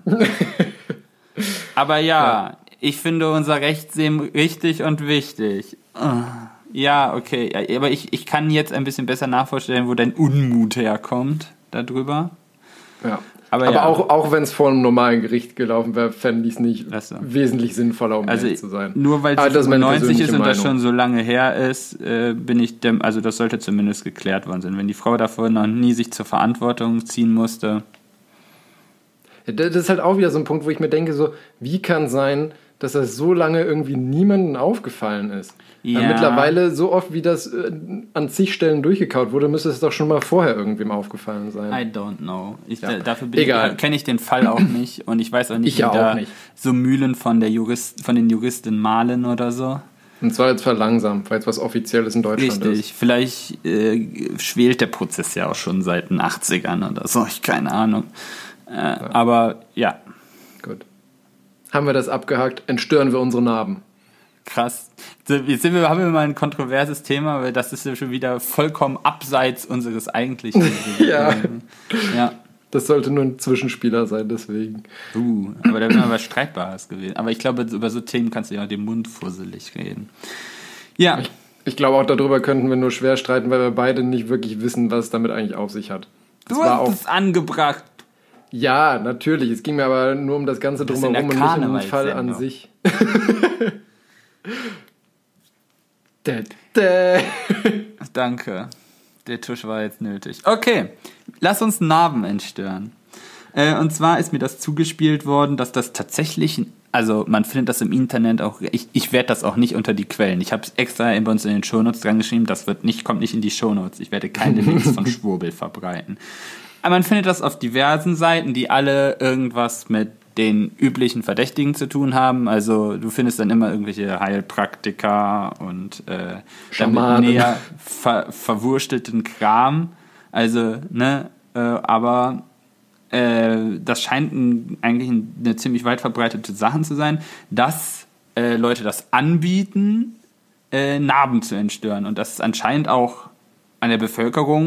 S1: Aber ja, ja, ich finde unser Rechtssystem richtig und wichtig. Ja, okay. Aber ich, ich kann jetzt ein bisschen besser nachvollziehen, wo dein Unmut herkommt darüber.
S2: Ja.
S1: Aber,
S2: Aber
S1: ja.
S2: auch, auch wenn es vor einem normalen Gericht gelaufen wäre, fände ich es nicht
S1: so.
S2: wesentlich sinnvoller, um
S1: also
S2: ehrlich zu sein.
S1: Nur weil es fünfundneunzig ist und das schon so lange her ist, äh, bin ich dem, also das sollte zumindest geklärt worden sein. Wenn die Frau davor noch nie sich zur Verantwortung ziehen musste.
S2: Ja, das ist halt auch wieder so ein Punkt, wo ich mir denke, so, wie kann sein, dass das so lange irgendwie niemandem aufgefallen ist? Ja. Weil mittlerweile, so oft wie das äh, an zig Stellen durchgekaut wurde, müsste es doch schon mal vorher irgendwem aufgefallen sein.
S1: I don't know. Ich,
S2: ja.
S1: da, dafür kenne ich den Fall auch nicht und ich weiß auch nicht,
S2: ich
S1: wie
S2: auch
S1: da
S2: nicht.
S1: so Mühlen von, der Jurist, von den Juristen malen oder so.
S2: Und zwar jetzt verlangsamt, weil es was Offizielles in Deutschland
S1: Richtig. ist. Richtig, vielleicht äh, schwelt der Prozess ja auch schon seit den achtzigern oder so, ich keine Ahnung. Äh, ja. Aber ja.
S2: Gut. Haben wir das abgehakt, entstören wir unsere Narben.
S1: Krass. Jetzt sind wir, haben wir mal ein kontroverses Thema, weil das ist ja schon wieder vollkommen abseits unseres eigentlichen.
S2: ja.
S1: ja.
S2: Das sollte nur ein Zwischenspieler sein, deswegen.
S1: Uh, aber da wäre mal was Streitbares gewesen. Aber ich glaube, über so Themen kannst du ja den Mund fusselig reden. Ja.
S2: Ich, ich glaube, auch darüber könnten wir nur schwer streiten, weil wir beide nicht wirklich wissen, was es damit eigentlich auf sich hat.
S1: Das du hast auch, es angebracht.
S2: Ja, natürlich. Es ging mir aber nur um das Ganze drumherum und nicht um den Fall an sich. da, da.
S1: Danke. Der Tusch war jetzt nötig. Okay, lass uns Narben entstören. Äh, und zwar ist mir das zugespielt worden, dass das tatsächlich, also man findet das im Internet auch, ich, ich werde das auch nicht unter die Quellen. Ich habe es extra bei uns in den Shownotes dran geschrieben, das wird nicht, kommt nicht in die Shownotes. Ich werde keine Links von Schwurbel verbreiten. Aber man findet das auf diversen Seiten, die alle irgendwas mit den üblichen Verdächtigen zu tun haben. Also du findest dann immer irgendwelche Heilpraktiker und äh, damit näher ver- verwurstelten Kram. Also, ne, äh, aber äh, das scheint ein, eigentlich eine ziemlich weit verbreitete Sache zu sein, dass äh, Leute das anbieten, äh, Narben zu entstören. Und das ist anscheinend auch an der Bevölkerung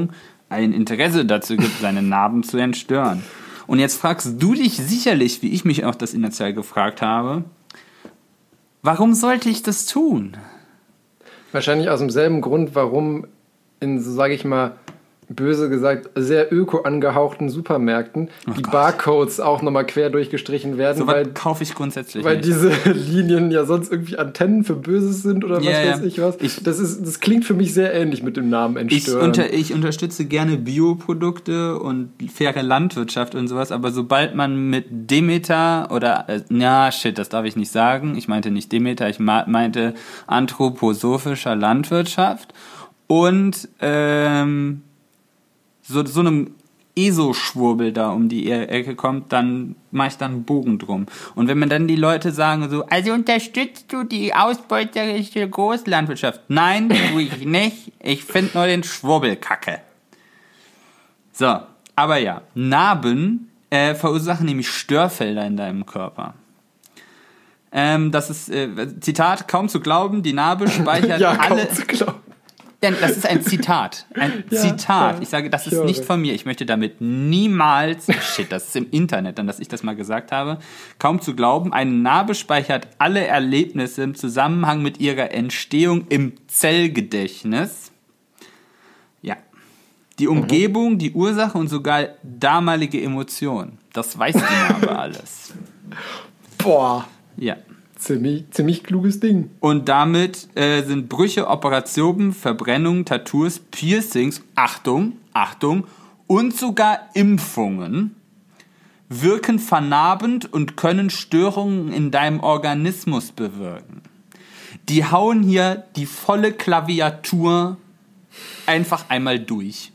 S1: ein Interesse dazu gibt, seine Narben zu entstören. Und jetzt fragst du dich sicherlich, wie ich mich auch das in der Zeit gefragt habe, warum sollte ich das tun?
S2: Wahrscheinlich aus demselben Grund, warum in, so sage ich mal, böse gesagt, sehr öko angehauchten Supermärkten oh die Gott. Barcodes auch nochmal quer durchgestrichen werden.
S1: So weil kaufe ich grundsätzlich
S2: Weil
S1: nicht.
S2: diese Linien ja sonst irgendwie Antennen für Böses sind oder was yeah, weiß ich was. Ich, das, ist, das klingt für mich sehr ähnlich mit dem Namen Entstören.
S1: Ich, unter, ich unterstütze gerne Bioprodukte und faire Landwirtschaft und sowas, aber sobald man mit Demeter oder, äh, na shit, das darf ich nicht sagen, ich meinte nicht Demeter, ich meinte anthroposophischer Landwirtschaft und ähm, so, so einem E S O-Schwurbel da um die Ecke kommt, dann mache ich dann einen Bogen drum. Und wenn man dann die Leute sagen so, also unterstützt du die ausbeuterische Großlandwirtschaft? Nein, tue ich nicht. Ich finde nur den Schwurbel kacke. So, aber ja, Narben äh, verursachen nämlich Störfelder in deinem Körper. Ähm, das ist, äh, Zitat, kaum zu glauben, die Narbe speichert
S2: ja,
S1: alle...
S2: Kaum zu glauben.
S1: Denn das ist ein Zitat. Ein ja, Zitat. Ja, ich sage, das ist höre. Nicht von mir. Ich möchte damit niemals, shit, das ist im Internet, dann, dass ich das mal gesagt habe, kaum zu glauben, eine Narbe speichert alle Erlebnisse im Zusammenhang mit ihrer Entstehung im Zellgedächtnis. Ja. Die Umgebung, mhm. die Ursache und sogar damalige Emotionen. Das weiß die Narbe alles.
S2: Boah.
S1: Ja.
S2: Ziemlich, ziemlich kluges Ding.
S1: Und damit äh, sind Brüche, Operationen, Verbrennungen, Tattoos, Piercings, Achtung, Achtung, und sogar Impfungen wirken vernarbend und können Störungen in deinem Organismus bewirken. Die hauen hier die volle Klaviatur einfach einmal durch.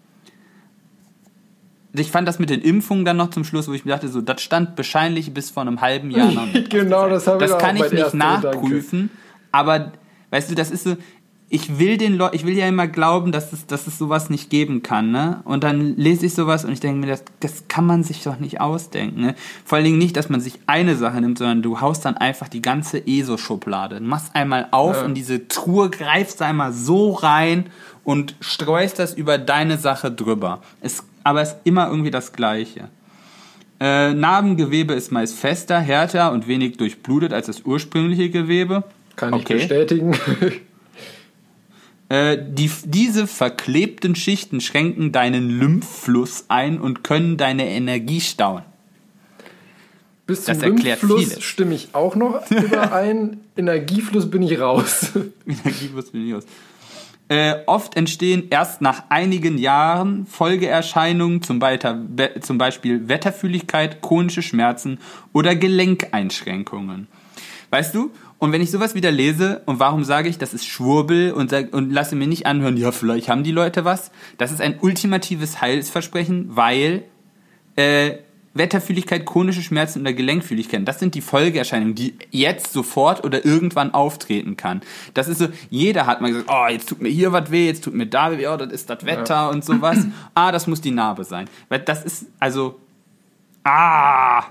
S1: Ich fand das mit den Impfungen dann noch zum Schluss, wo ich mir dachte, so, das stand wahrscheinlich bis vor einem halben Jahr noch nicht.
S2: Genau, das habe ich
S1: Das
S2: auch
S1: kann ich
S2: mein
S1: nicht
S2: erster
S1: nachprüfen,
S2: Gedanke.
S1: Aber, weißt du, das ist so, ich will den Leuten, ich will ja immer glauben, dass es, dass es sowas nicht geben kann, ne? Und dann lese ich sowas und ich denke mir, das, das kann man sich doch nicht ausdenken, ne? Vor allen Dingen nicht, dass man sich eine Sache nimmt, sondern du haust dann einfach die ganze E S O-Schublade. Du machst einmal auf ja. in diese Truhe, greifst einmal so rein und streust das über deine Sache drüber. Es, aber es ist immer irgendwie das Gleiche. Äh, Narbengewebe ist meist fester, härter und wenig durchblutet als das ursprüngliche Gewebe.
S2: Kann ich okay. bestätigen.
S1: äh, die, diese verklebten Schichten schränken deinen Lymphfluss ein und können deine Energie stauen.
S2: Bis zum Lymphfluss stimme ich auch noch überein. Energiefluss bin ich raus.
S1: Energiefluss bin ich raus. Äh, oft entstehen erst nach einigen Jahren Folgeerscheinungen, zum, Be- Be- zum Beispiel Wetterfühligkeit, chronische Schmerzen oder Gelenkeinschränkungen. Weißt du? Und wenn ich sowas wieder lese, und warum sage ich, das ist Schwurbel und, sag, und lasse mir nicht anhören, ja, vielleicht haben die Leute was. Das ist ein ultimatives Heilsversprechen, weil äh, Wetterfühligkeit, chronische Schmerzen oder Gelenkfühligkeit, das sind die Folgeerscheinungen, die jetzt sofort oder irgendwann auftreten kann. Das ist so, jeder hat mal gesagt, oh, jetzt tut mir hier was weh, jetzt tut mir da weh, oh, das ist das Wetter ja. und sowas. Ah, das muss die Narbe sein. Weil das ist, also, ah!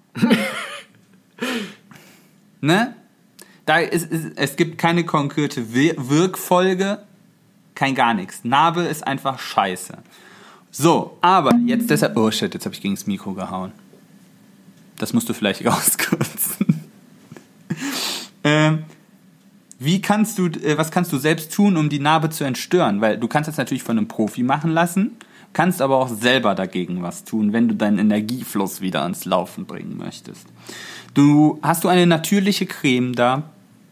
S1: Ne? Da ist, ist, es gibt keine konkrete Wirkfolge, kein gar nichts. Narbe ist einfach scheiße. So, aber jetzt deshalb... Oh shit, jetzt habe ich gegen das Mikro gehauen. Das musst du vielleicht rauskürzen. ähm, wie kannst du, äh, was kannst du selbst tun, um die Narbe zu entstören? Weil du kannst das natürlich von einem Profi machen lassen, kannst aber auch selber dagegen was tun, wenn du deinen Energiefluss wieder ans Laufen bringen möchtest. Du, hast du eine natürliche Creme da?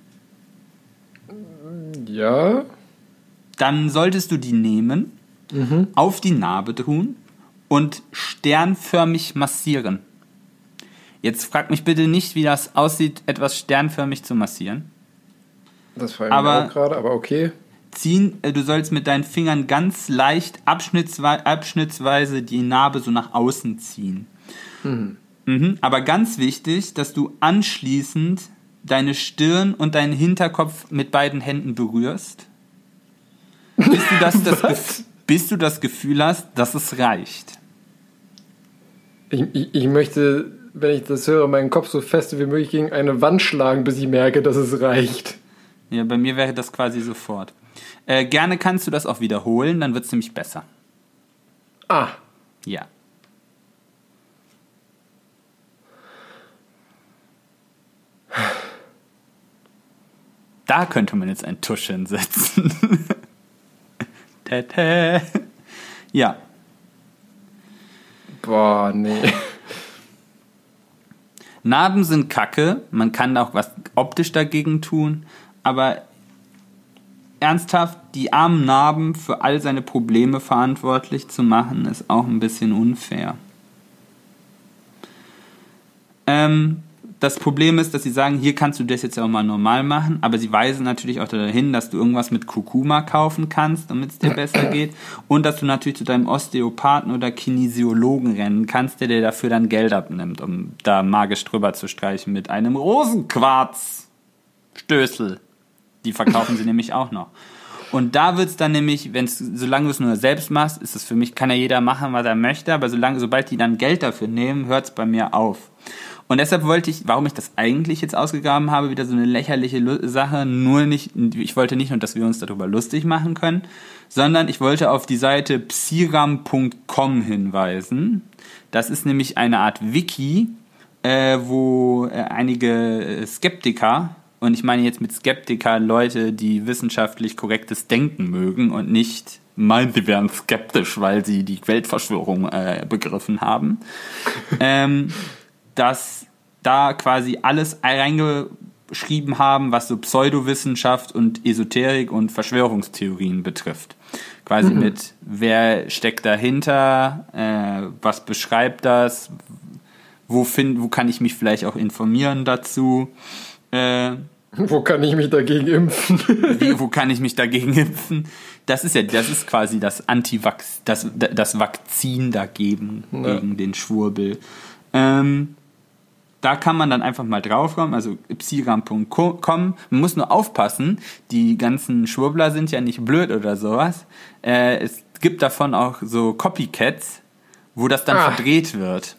S2: Ja.
S1: Dann solltest du die nehmen, mhm. auf die Narbe tun und sternförmig massieren. Jetzt frag mich bitte nicht, wie das aussieht, etwas sternförmig zu massieren.
S2: Das frage ich mir auch gerade, aber okay.
S1: Ziehen, du sollst mit deinen Fingern ganz leicht abschnittsweise, abschnittsweise die Narbe so nach außen ziehen. Mhm. Mhm. Aber ganz wichtig, dass du anschließend deine Stirn und deinen Hinterkopf mit beiden Händen berührst. Bis du das, das, Gef- bis du das Gefühl hast, dass es reicht.
S2: Ich, ich, ich möchte, wenn ich das höre, meinen Kopf so fest wie möglich gegen eine Wand schlagen, bis ich merke, dass es reicht.
S1: Ja, bei mir wäre das quasi sofort. Äh, gerne kannst du das auch wiederholen, dann wird es nämlich besser.
S2: Ah.
S1: Ja. Da könnte man jetzt ein Tusch hinsetzen. Tete. Ja.
S2: Boah, nee.
S1: Narben sind Kacke, man kann auch was optisch dagegen tun, aber ernsthaft, die armen Narben für all seine Probleme verantwortlich zu machen, ist auch ein bisschen unfair. Ähm, das Problem ist, dass sie sagen, hier kannst du das jetzt auch mal normal machen, aber sie weisen natürlich auch dahin, dass du irgendwas mit Kurkuma kaufen kannst, damit es dir besser geht, und dass du natürlich zu deinem Osteopathen oder Kinesiologen rennen kannst, der dir dafür dann Geld abnimmt, um da magisch drüber zu streichen mit einem Rosenquarz-Stößel. Die verkaufen sie nämlich auch noch. Und da wird's dann nämlich, wenn's, solange du es nur selbst machst, ist es für mich, kann ja jeder machen, was er möchte, aber solange, sobald die dann Geld dafür nehmen, hört's bei mir auf. Und deshalb wollte ich, warum ich das eigentlich jetzt ausgegraben habe, wieder so eine lächerliche Sache, nur nicht, ich wollte nicht nur, dass wir uns darüber lustig machen können, sondern ich wollte auf die Seite psiram punkt com hinweisen. Das ist nämlich eine Art Wiki, äh, wo äh, einige Skeptiker, und ich meine jetzt mit Skeptiker Leute, die wissenschaftlich korrektes Denken mögen und nicht meinen, sie wären skeptisch, weil sie die Weltverschwörung äh, begriffen haben, ähm, dass da quasi alles reingeschrieben haben, was so Pseudowissenschaft und Esoterik und Verschwörungstheorien betrifft. Quasi mhm. mit, wer steckt dahinter, äh, was beschreibt das, wo, find, wo kann ich mich vielleicht auch informieren dazu, äh,
S2: wo kann ich mich dagegen impfen?
S1: Wie, wo kann ich mich dagegen impfen? Das ist ja, das ist quasi das Antivax, das, das Vakzin dagegen, ja. Gegen den Schwurbel. Ähm, da kann man dann einfach mal draufkommen, also psiram punkt com. Man muss nur aufpassen, die ganzen Schwurbler sind ja nicht blöd oder sowas. Äh, es gibt davon auch so Copycats, wo das dann ah. verdreht wird.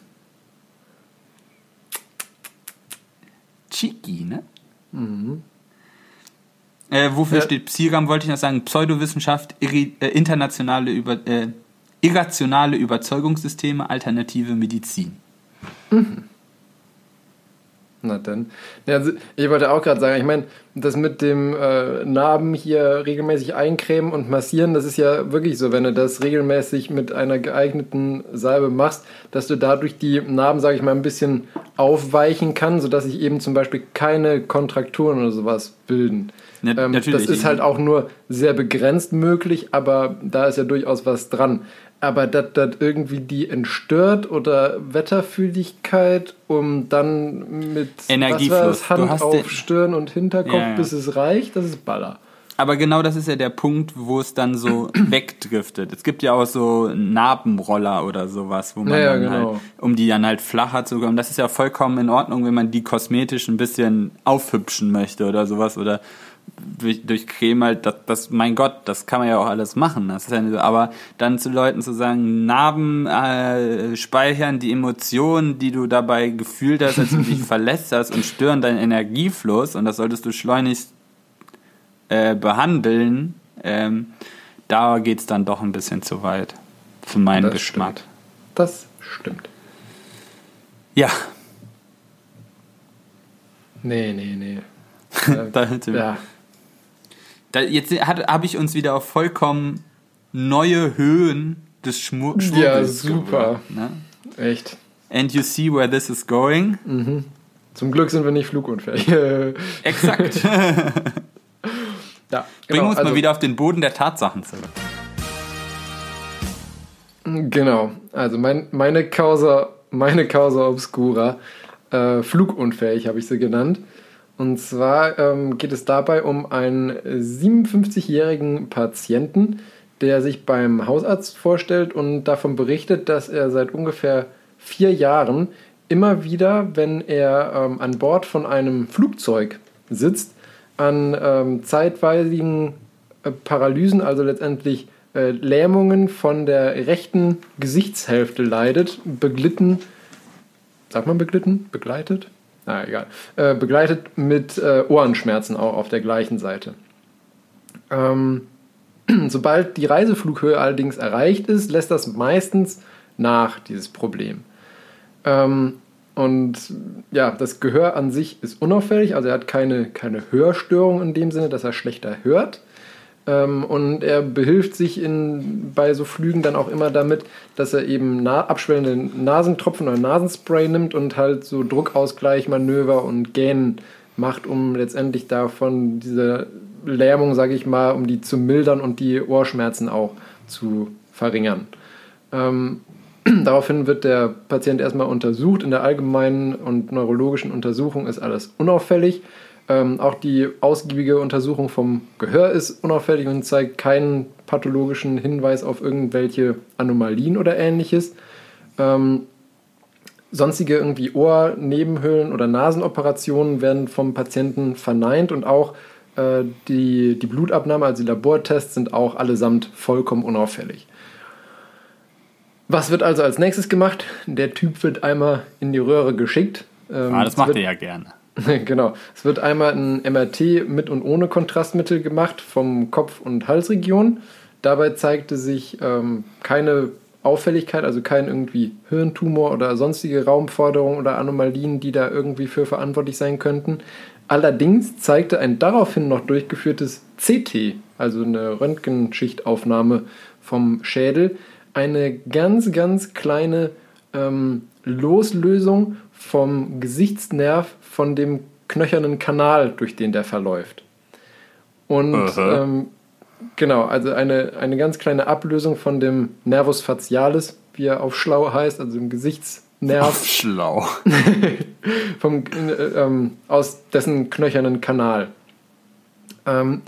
S1: Cheeky, ne? Mhm. Äh, wofür ja. steht Psiram, wollte ich noch sagen, Pseudowissenschaft, irri- äh, internationale über, äh, irrationale Überzeugungssysteme, alternative Medizin.
S2: Mhm. Na dann. Ja, also ich wollte auch gerade sagen, ich meine, das mit dem äh, Narben hier regelmäßig eincremen und massieren, das ist ja wirklich so, wenn du das regelmäßig mit einer geeigneten Salbe machst, dass du dadurch die Narben, sage ich mal, ein bisschen aufweichen kann, sodass sich eben zum Beispiel keine Kontrakturen oder sowas bilden.
S1: Ja,
S2: ähm, das ist halt auch nur sehr begrenzt möglich, aber da ist ja durchaus was dran. Aber dass das irgendwie die entstört oder Wetterfühligkeit, um dann mit
S1: Energiefluss.
S2: Hand auf Stirn und Hinterkopf, ja, ja. bis es reicht, das ist Baller.
S1: Aber genau das ist ja der Punkt, wo es dann so wegdriftet. Es gibt ja auch so Narbenroller oder sowas, wo man
S2: ja,
S1: dann
S2: genau.
S1: halt, um die dann halt flacher zu kommen. Das ist ja vollkommen in Ordnung, wenn man die kosmetisch ein bisschen aufhübschen möchte oder sowas oder durch, durch Creme halt, das, das, mein Gott, das kann man ja auch alles machen. Das ist ja nicht so. Aber dann zu Leuten zu sagen, Narben äh, speichern die Emotionen, die du dabei gefühlt hast, als du dich verletzt hast und stören deinen Energiefluss und das solltest du schleunigst äh, behandeln, ähm, da geht's dann doch ein bisschen zu weit. Für meinen das Geschmack.
S2: Stimmt. Das stimmt.
S1: Ja.
S2: Nee, nee, nee.
S1: da, ja. Da, jetzt habe ich uns wieder auf vollkommen neue Höhen des Schmu- Schwurbels
S2: Ja, super.
S1: Gebracht, ne?
S2: Echt.
S1: And you see where this is going.
S2: Mhm. Zum Glück sind wir nicht flugunfähig.
S1: Exakt.
S2: ja,
S1: Bring
S2: genau,
S1: uns
S2: also,
S1: mal wieder auf den Boden der Tatsachen zurück.
S2: Genau. Also mein, meine Causa, meine Causa obscura, äh, flugunfähig habe ich sie genannt. Und zwar ähm, geht es dabei um einen siebenundfünfzigjährigen Patienten, der sich beim Hausarzt vorstellt und davon berichtet, dass er seit ungefähr vier Jahren immer wieder, wenn er ähm, an Bord von einem Flugzeug sitzt, an ähm, zeitweiligen äh, Paralysen, also letztendlich äh, Lähmungen von der rechten Gesichtshälfte leidet, beglitten, sagt man beglitten? Begleitet? Na, egal. Äh, begleitet mit äh, Ohrenschmerzen auch auf der gleichen Seite. Ähm, Sobald die Reiseflughöhe allerdings erreicht ist, lässt das meistens nach, dieses Problem. Ähm, und ja, das Gehör an sich ist unauffällig, also er hat keine, keine Hörstörung in dem Sinne, dass er schlechter hört. Ähm, und er behilft sich in, bei so Flügen dann auch immer damit, dass er eben na- abschwellende Nasentropfen oder Nasenspray nimmt und halt so Druckausgleichmanöver und Gähnen macht, um letztendlich davon diese Lähmung, sage ich mal, um die zu mildern und die Ohrenschmerzen auch zu verringern. Ähm, daraufhin wird der Patient erstmal untersucht. In der allgemeinen und neurologischen Untersuchung ist alles unauffällig. Ähm, auch die ausgiebige Untersuchung vom Gehör ist unauffällig und zeigt keinen pathologischen Hinweis auf irgendwelche Anomalien oder Ähnliches. Ähm, sonstige irgendwie Ohr-, Nebenhöhlen- oder Nasenoperationen werden vom Patienten verneint und auch äh, die, die Blutabnahme, also die Labortests, sind auch allesamt vollkommen unauffällig. Was wird also als nächstes gemacht? Der Typ wird einmal in die Röhre geschickt.
S1: Ähm, ah, das macht er ja gerne.
S2: Genau. Es wird einmal ein M R T mit und ohne Kontrastmittel gemacht vom Kopf- und Halsregion. Dabei zeigte sich ähm, keine Auffälligkeit, also kein irgendwie Hirntumor oder sonstige Raumforderungen oder Anomalien, die da irgendwie für verantwortlich sein könnten. Allerdings zeigte ein daraufhin noch durchgeführtes C T, also eine Röntgenschichtaufnahme vom Schädel, eine ganz, ganz kleine ähm, Loslösung vom Gesichtsnerv von dem knöchernen Kanal, durch den der verläuft. Und ähm, genau, also eine, eine ganz kleine Ablösung von dem Nervus facialis, wie er auf schlau heißt, also dem Gesichtsnerv.
S1: Auf schlau.
S2: vom, äh, ähm, aus dessen knöchernen Kanal. Ähm,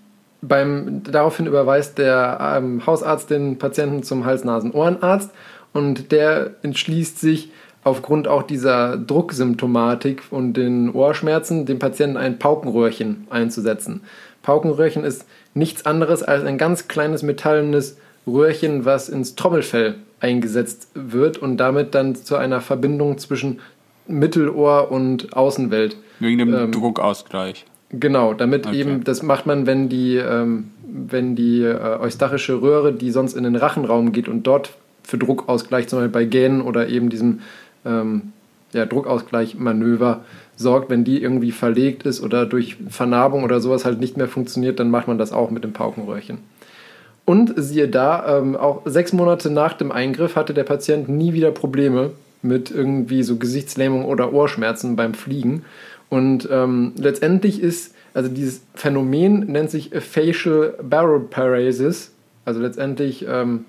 S2: beim, daraufhin überweist der ähm, Hausarzt den Patienten zum Hals-Nasen-Ohrenarzt und der entschließt sich, aufgrund auch dieser Drucksymptomatik und den Ohrschmerzen, dem Patienten ein Paukenröhrchen einzusetzen. Paukenröhrchen ist nichts anderes als ein ganz kleines metallenes Röhrchen, was ins Trommelfell eingesetzt wird und damit dann zu einer Verbindung zwischen Mittelohr und Außenwelt.
S1: Wegen dem ähm, Druckausgleich.
S2: Genau, damit okay. eben, das macht man, wenn die, ähm, wenn die äh, eustachische Röhre, die sonst in den Rachenraum geht und dort für Druckausgleich, zum Beispiel bei Gähnen oder eben diesem ähm, ja, Druckausgleichmanöver sorgt, wenn die irgendwie verlegt ist oder durch Vernarbung oder sowas halt nicht mehr funktioniert, dann macht man das auch mit dem Paukenröhrchen. Und siehe da, ähm, auch sechs Monate nach dem Eingriff hatte der Patient nie wieder Probleme mit irgendwie so Gesichtslähmung oder Ohrschmerzen beim Fliegen. Und ähm, letztendlich ist, also dieses Phänomen nennt sich Facial Baroparesis, also letztendlich ähm,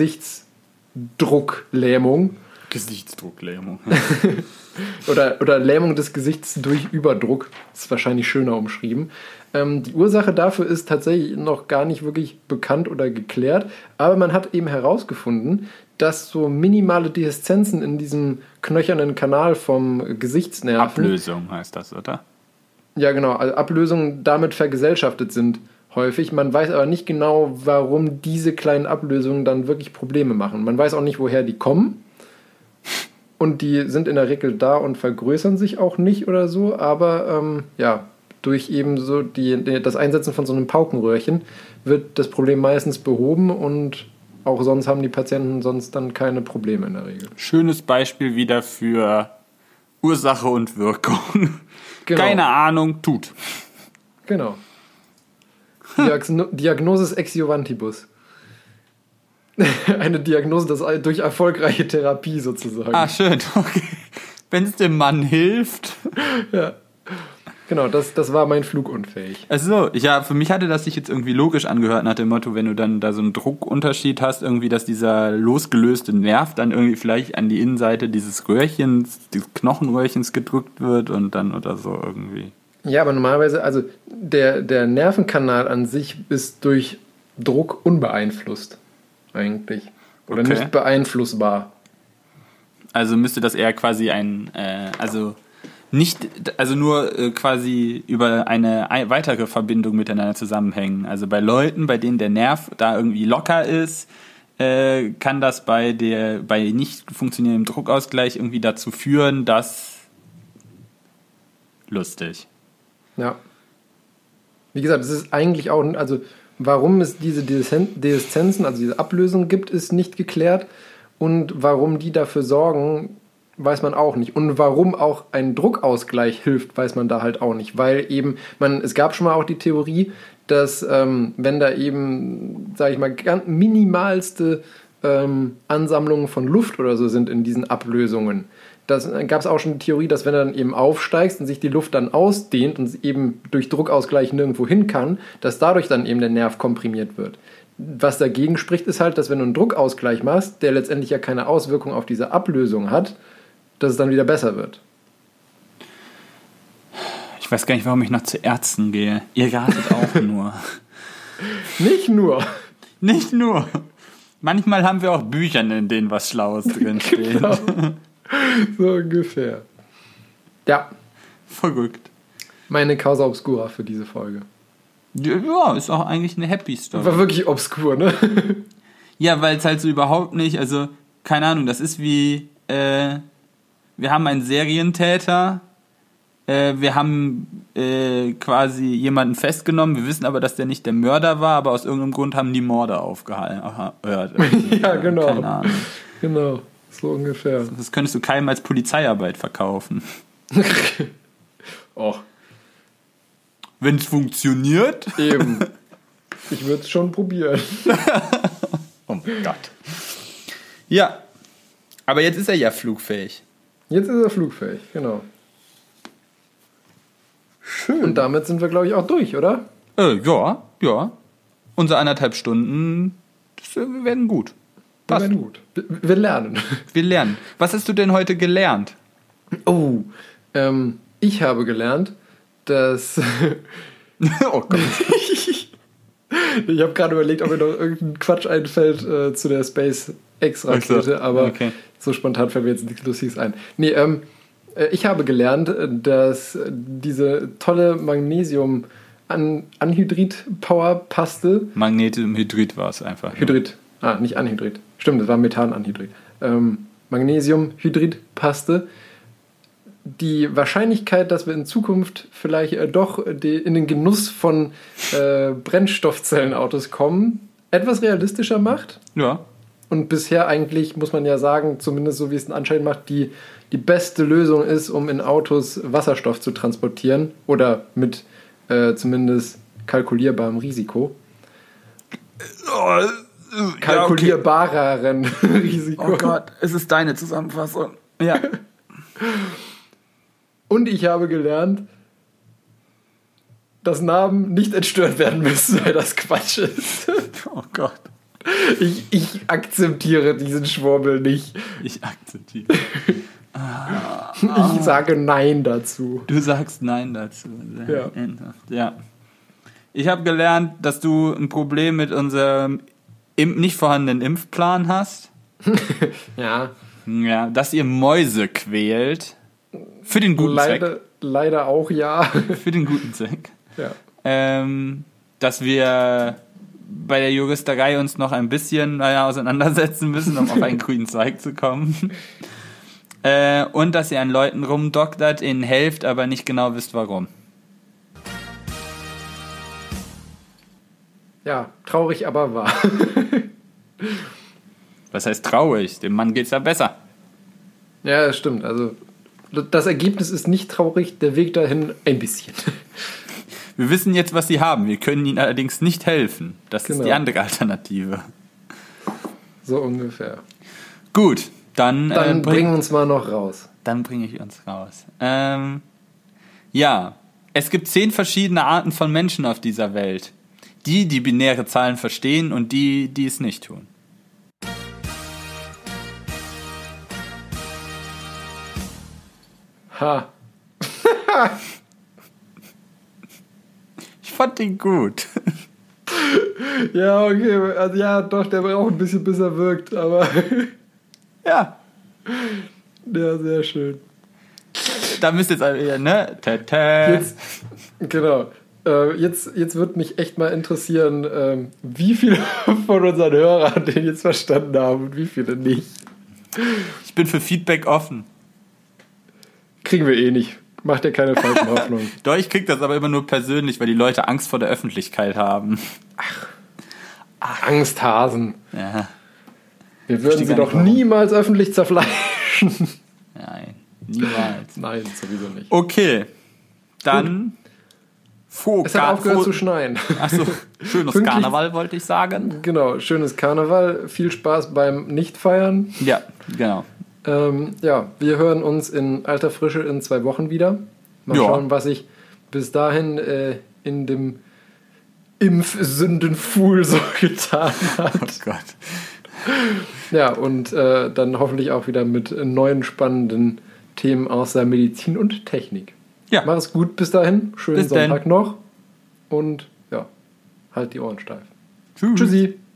S2: Gesichtsdrucklähmung.
S1: Gesichtsdrucklähmung.
S2: oder, oder Lähmung des Gesichts durch Überdruck, das ist wahrscheinlich schöner umschrieben. Ähm, die Ursache dafür ist tatsächlich noch gar nicht wirklich bekannt oder geklärt, aber man hat eben herausgefunden, dass so minimale Dehiszenzen in diesem knöchernen Kanal vom Gesichtsnerven...
S1: Ablösung heißt das, oder?
S2: Ja, genau. Also Ablösungen damit vergesellschaftet sind häufig. Man weiß aber nicht genau, warum diese kleinen Ablösungen dann wirklich Probleme machen. Man weiß auch nicht, woher die kommen. Und die sind in der Regel da und vergrößern sich auch nicht oder so. Aber ähm, ja, durch eben so die, das Einsetzen von so einem Paukenröhrchen wird das Problem meistens behoben und auch sonst haben die Patienten sonst dann keine Probleme in der Regel.
S1: Schönes Beispiel wieder für Ursache und Wirkung. Genau. Keine Ahnung, tut.
S2: Genau. Diagno- Diagnosis ex juvantibus. Eine Diagnose das durch erfolgreiche Therapie sozusagen.
S1: Ah, schön. Okay. Wenn es dem Mann hilft.
S2: Ja. Genau, das, das war mein Flugunfähig.
S1: Also, ja, für mich hatte das sich jetzt irgendwie logisch angehört nach dem Motto, wenn du dann da so einen Druckunterschied hast, irgendwie, dass dieser losgelöste Nerv dann irgendwie vielleicht an die Innenseite dieses Röhrchens, dieses Knochenröhrchens gedrückt wird und dann oder so irgendwie.
S2: Ja, aber normalerweise, also der, der Nervenkanal an sich ist durch Druck unbeeinflusst, eigentlich. Oder okay. Nicht beeinflussbar.
S1: Also müsste das eher quasi ein, äh, also... Nicht, also nur äh, quasi über eine weitere Verbindung miteinander zusammenhängen. Also bei Leuten, bei denen der Nerv da irgendwie locker ist, äh, kann das bei der bei nicht funktionierendem Druckausgleich irgendwie dazu führen, dass lustig.
S2: Ja. Wie gesagt, es ist eigentlich auch, also warum es diese Deeszenzen, also diese Ablösung gibt, ist nicht geklärt. Und warum die dafür sorgen, weiß man auch nicht. Und warum auch ein Druckausgleich hilft, weiß man da halt auch nicht. Weil eben, man, es gab schon mal auch die Theorie, dass ähm, wenn da eben, sage ich mal, ganz minimalste ähm, Ansammlungen von Luft oder so sind in diesen Ablösungen, das gab es auch schon die Theorie, dass wenn du dann eben aufsteigst und sich die Luft dann ausdehnt und eben durch Druckausgleich nirgendwo hin kann, dass dadurch dann eben der Nerv komprimiert wird. Was dagegen spricht, ist halt, dass wenn du einen Druckausgleich machst, der letztendlich ja keine Auswirkung auf diese Ablösung hat, dass es dann wieder besser wird.
S1: Ich weiß gar nicht, warum ich noch zu Ärzten gehe. Ihr ratet auch nur.
S2: Nicht nur.
S1: Nicht nur. Manchmal haben wir auch Bücher, in denen was Schlaues drinsteht. Genau.
S2: So ungefähr. Ja.
S1: Verrückt.
S2: Meine Causa Obscura für diese Folge.
S1: Ja, ist auch eigentlich eine Happy Story.
S2: War wirklich obskur, ne?
S1: Ja, weil es halt so überhaupt nicht, also, keine Ahnung, das ist wie, äh, wir haben einen Serientäter, äh, wir haben äh, quasi jemanden festgenommen, wir wissen aber, dass der nicht der Mörder war, aber aus irgendeinem Grund haben die Morde aufgehört.
S2: Ja, genau.
S1: Keine Ahnung.
S2: Genau, so ungefähr.
S1: Das könntest du keinem als Polizeiarbeit verkaufen.
S2: Och.
S1: Wenn es funktioniert.
S2: Eben. Ich würde es schon probieren.
S1: Oh mein Gott. Ja. Aber jetzt ist er ja flugfähig.
S2: Jetzt ist er flugfähig, genau. Schön. Und damit sind wir, glaube ich, auch durch, oder?
S1: Äh, ja, ja. Unsere anderthalb Stunden, das, wir werden gut.
S2: Wir werden gut. Wir, wir lernen.
S1: Wir lernen. Was hast du denn heute gelernt?
S2: Oh, ähm, ich habe gelernt, dass...
S1: Oh Gott.
S2: Ich habe gerade überlegt, ob mir noch irgendein Quatsch einfällt äh, zu der SpaceX-Rakete,
S1: so.
S2: aber
S1: okay.
S2: So spontan fällt mir jetzt nichts Lustiges ein. Nee, ähm, ich habe gelernt, dass diese tolle Magnesium-Anhydrid-Power-Paste...
S1: Magnesiumhydrid war es einfach.
S2: Hydrid. Ah, nicht Anhydrid. Stimmt, das war Methananhydrid. Ähm, Magnesium-Hydrid-Paste. Die Wahrscheinlichkeit, dass wir in Zukunft vielleicht äh, doch die, in den Genuss von äh, Brennstoffzellenautos kommen, etwas realistischer macht.
S1: Ja.
S2: Und bisher eigentlich, muss man ja sagen, zumindest so wie es den Anschein macht, die, die beste Lösung ist, um in Autos Wasserstoff zu transportieren oder mit äh, zumindest kalkulierbarem Risiko.
S1: Oh,
S2: Kalkulierbareren ja, okay. Risiko.
S1: Oh Gott, es ist deine Zusammenfassung. Ja.
S2: Und ich habe gelernt, dass Narben nicht entstört werden müssen, weil das Quatsch ist.
S1: Oh Gott.
S2: Ich, ich akzeptiere diesen Schwurbel nicht.
S1: Ich akzeptiere.
S2: ah, ah. Ich sage Nein dazu.
S1: Du sagst Nein dazu.
S2: Ja.
S1: Ja. Ich habe gelernt, dass du ein Problem mit unserem nicht vorhandenen Impfplan hast.
S2: Ja.
S1: Ja, dass ihr Mäuse quält. Für den guten
S2: leider,
S1: Zweck.
S2: Leider auch, ja.
S1: Für den guten Zweck.
S2: Ja.
S1: Ähm, dass wir bei der Juristerei uns noch ein bisschen naja, auseinandersetzen müssen, um auf einen grünen Zweig zu kommen. Äh, und dass ihr an Leuten rumdoktert, ihnen helft, aber nicht genau wisst, warum.
S2: Ja, traurig, aber wahr.
S1: Was heißt traurig? Dem Mann geht's ja besser.
S2: Ja, das stimmt. Also das Ergebnis ist nicht traurig, der Weg dahin ein bisschen.
S1: Wir wissen jetzt, was sie haben. Wir können ihnen allerdings nicht helfen. Das genau. ist die andere Alternative.
S2: So ungefähr.
S1: Gut, dann...
S2: Dann
S1: äh,
S2: bring, bringen wir uns mal noch raus.
S1: Dann bringe ich uns raus. Ähm, ja, es gibt zehn verschiedene Arten von Menschen auf dieser Welt. Die, die binäre Zahlen verstehen und die, die es nicht tun.
S2: Ha.
S1: Ich fand den gut.
S2: Ja, okay. Also ja, doch, der braucht ein bisschen, bis er wirkt, aber...
S1: Ja.
S2: Ja, sehr schön.
S1: Da müsst ihr jetzt alle, ne? Tata.
S2: Jetzt, genau. Äh, jetzt, jetzt würde mich echt mal interessieren, ähm, wie viele von unseren Hörern den jetzt verstanden haben und wie viele nicht.
S1: Ich bin für Feedback offen.
S2: Kriegen wir eh nicht. Mach dir keine falschen Hoffnungen.
S1: Doch, ich krieg das aber immer nur persönlich, weil die Leute Angst vor der Öffentlichkeit haben.
S2: Ach, Ach. Angsthasen.
S1: Ja.
S2: Wir würden sie doch niemals öffentlich zerfleischen.
S1: Nein, niemals.
S2: Nein, sowieso nicht.
S1: Okay, dann...
S2: Faux, es hat Gar- aufgehört Faux- zu schneien.
S1: Achso, schönes Pünktlich, Karneval wollte ich sagen.
S2: Genau, schönes Karneval. Viel Spaß beim Nichtfeiern.
S1: Ja, genau.
S2: Ähm, ja, wir hören uns in alter Frische in zwei Wochen wieder. Mal ja. schauen, was sich bis dahin äh, in dem Impfsündenfuhl so getan hat.
S1: Oh Gott.
S2: Ja, und äh, dann hoffentlich auch wieder mit neuen spannenden Themen aus der Medizin und Technik. Ja. Mach es gut bis dahin. Schönen bis Sonntag denn. noch. Und ja, halt die Ohren steif.
S1: Tschüss.
S2: Tschüssi.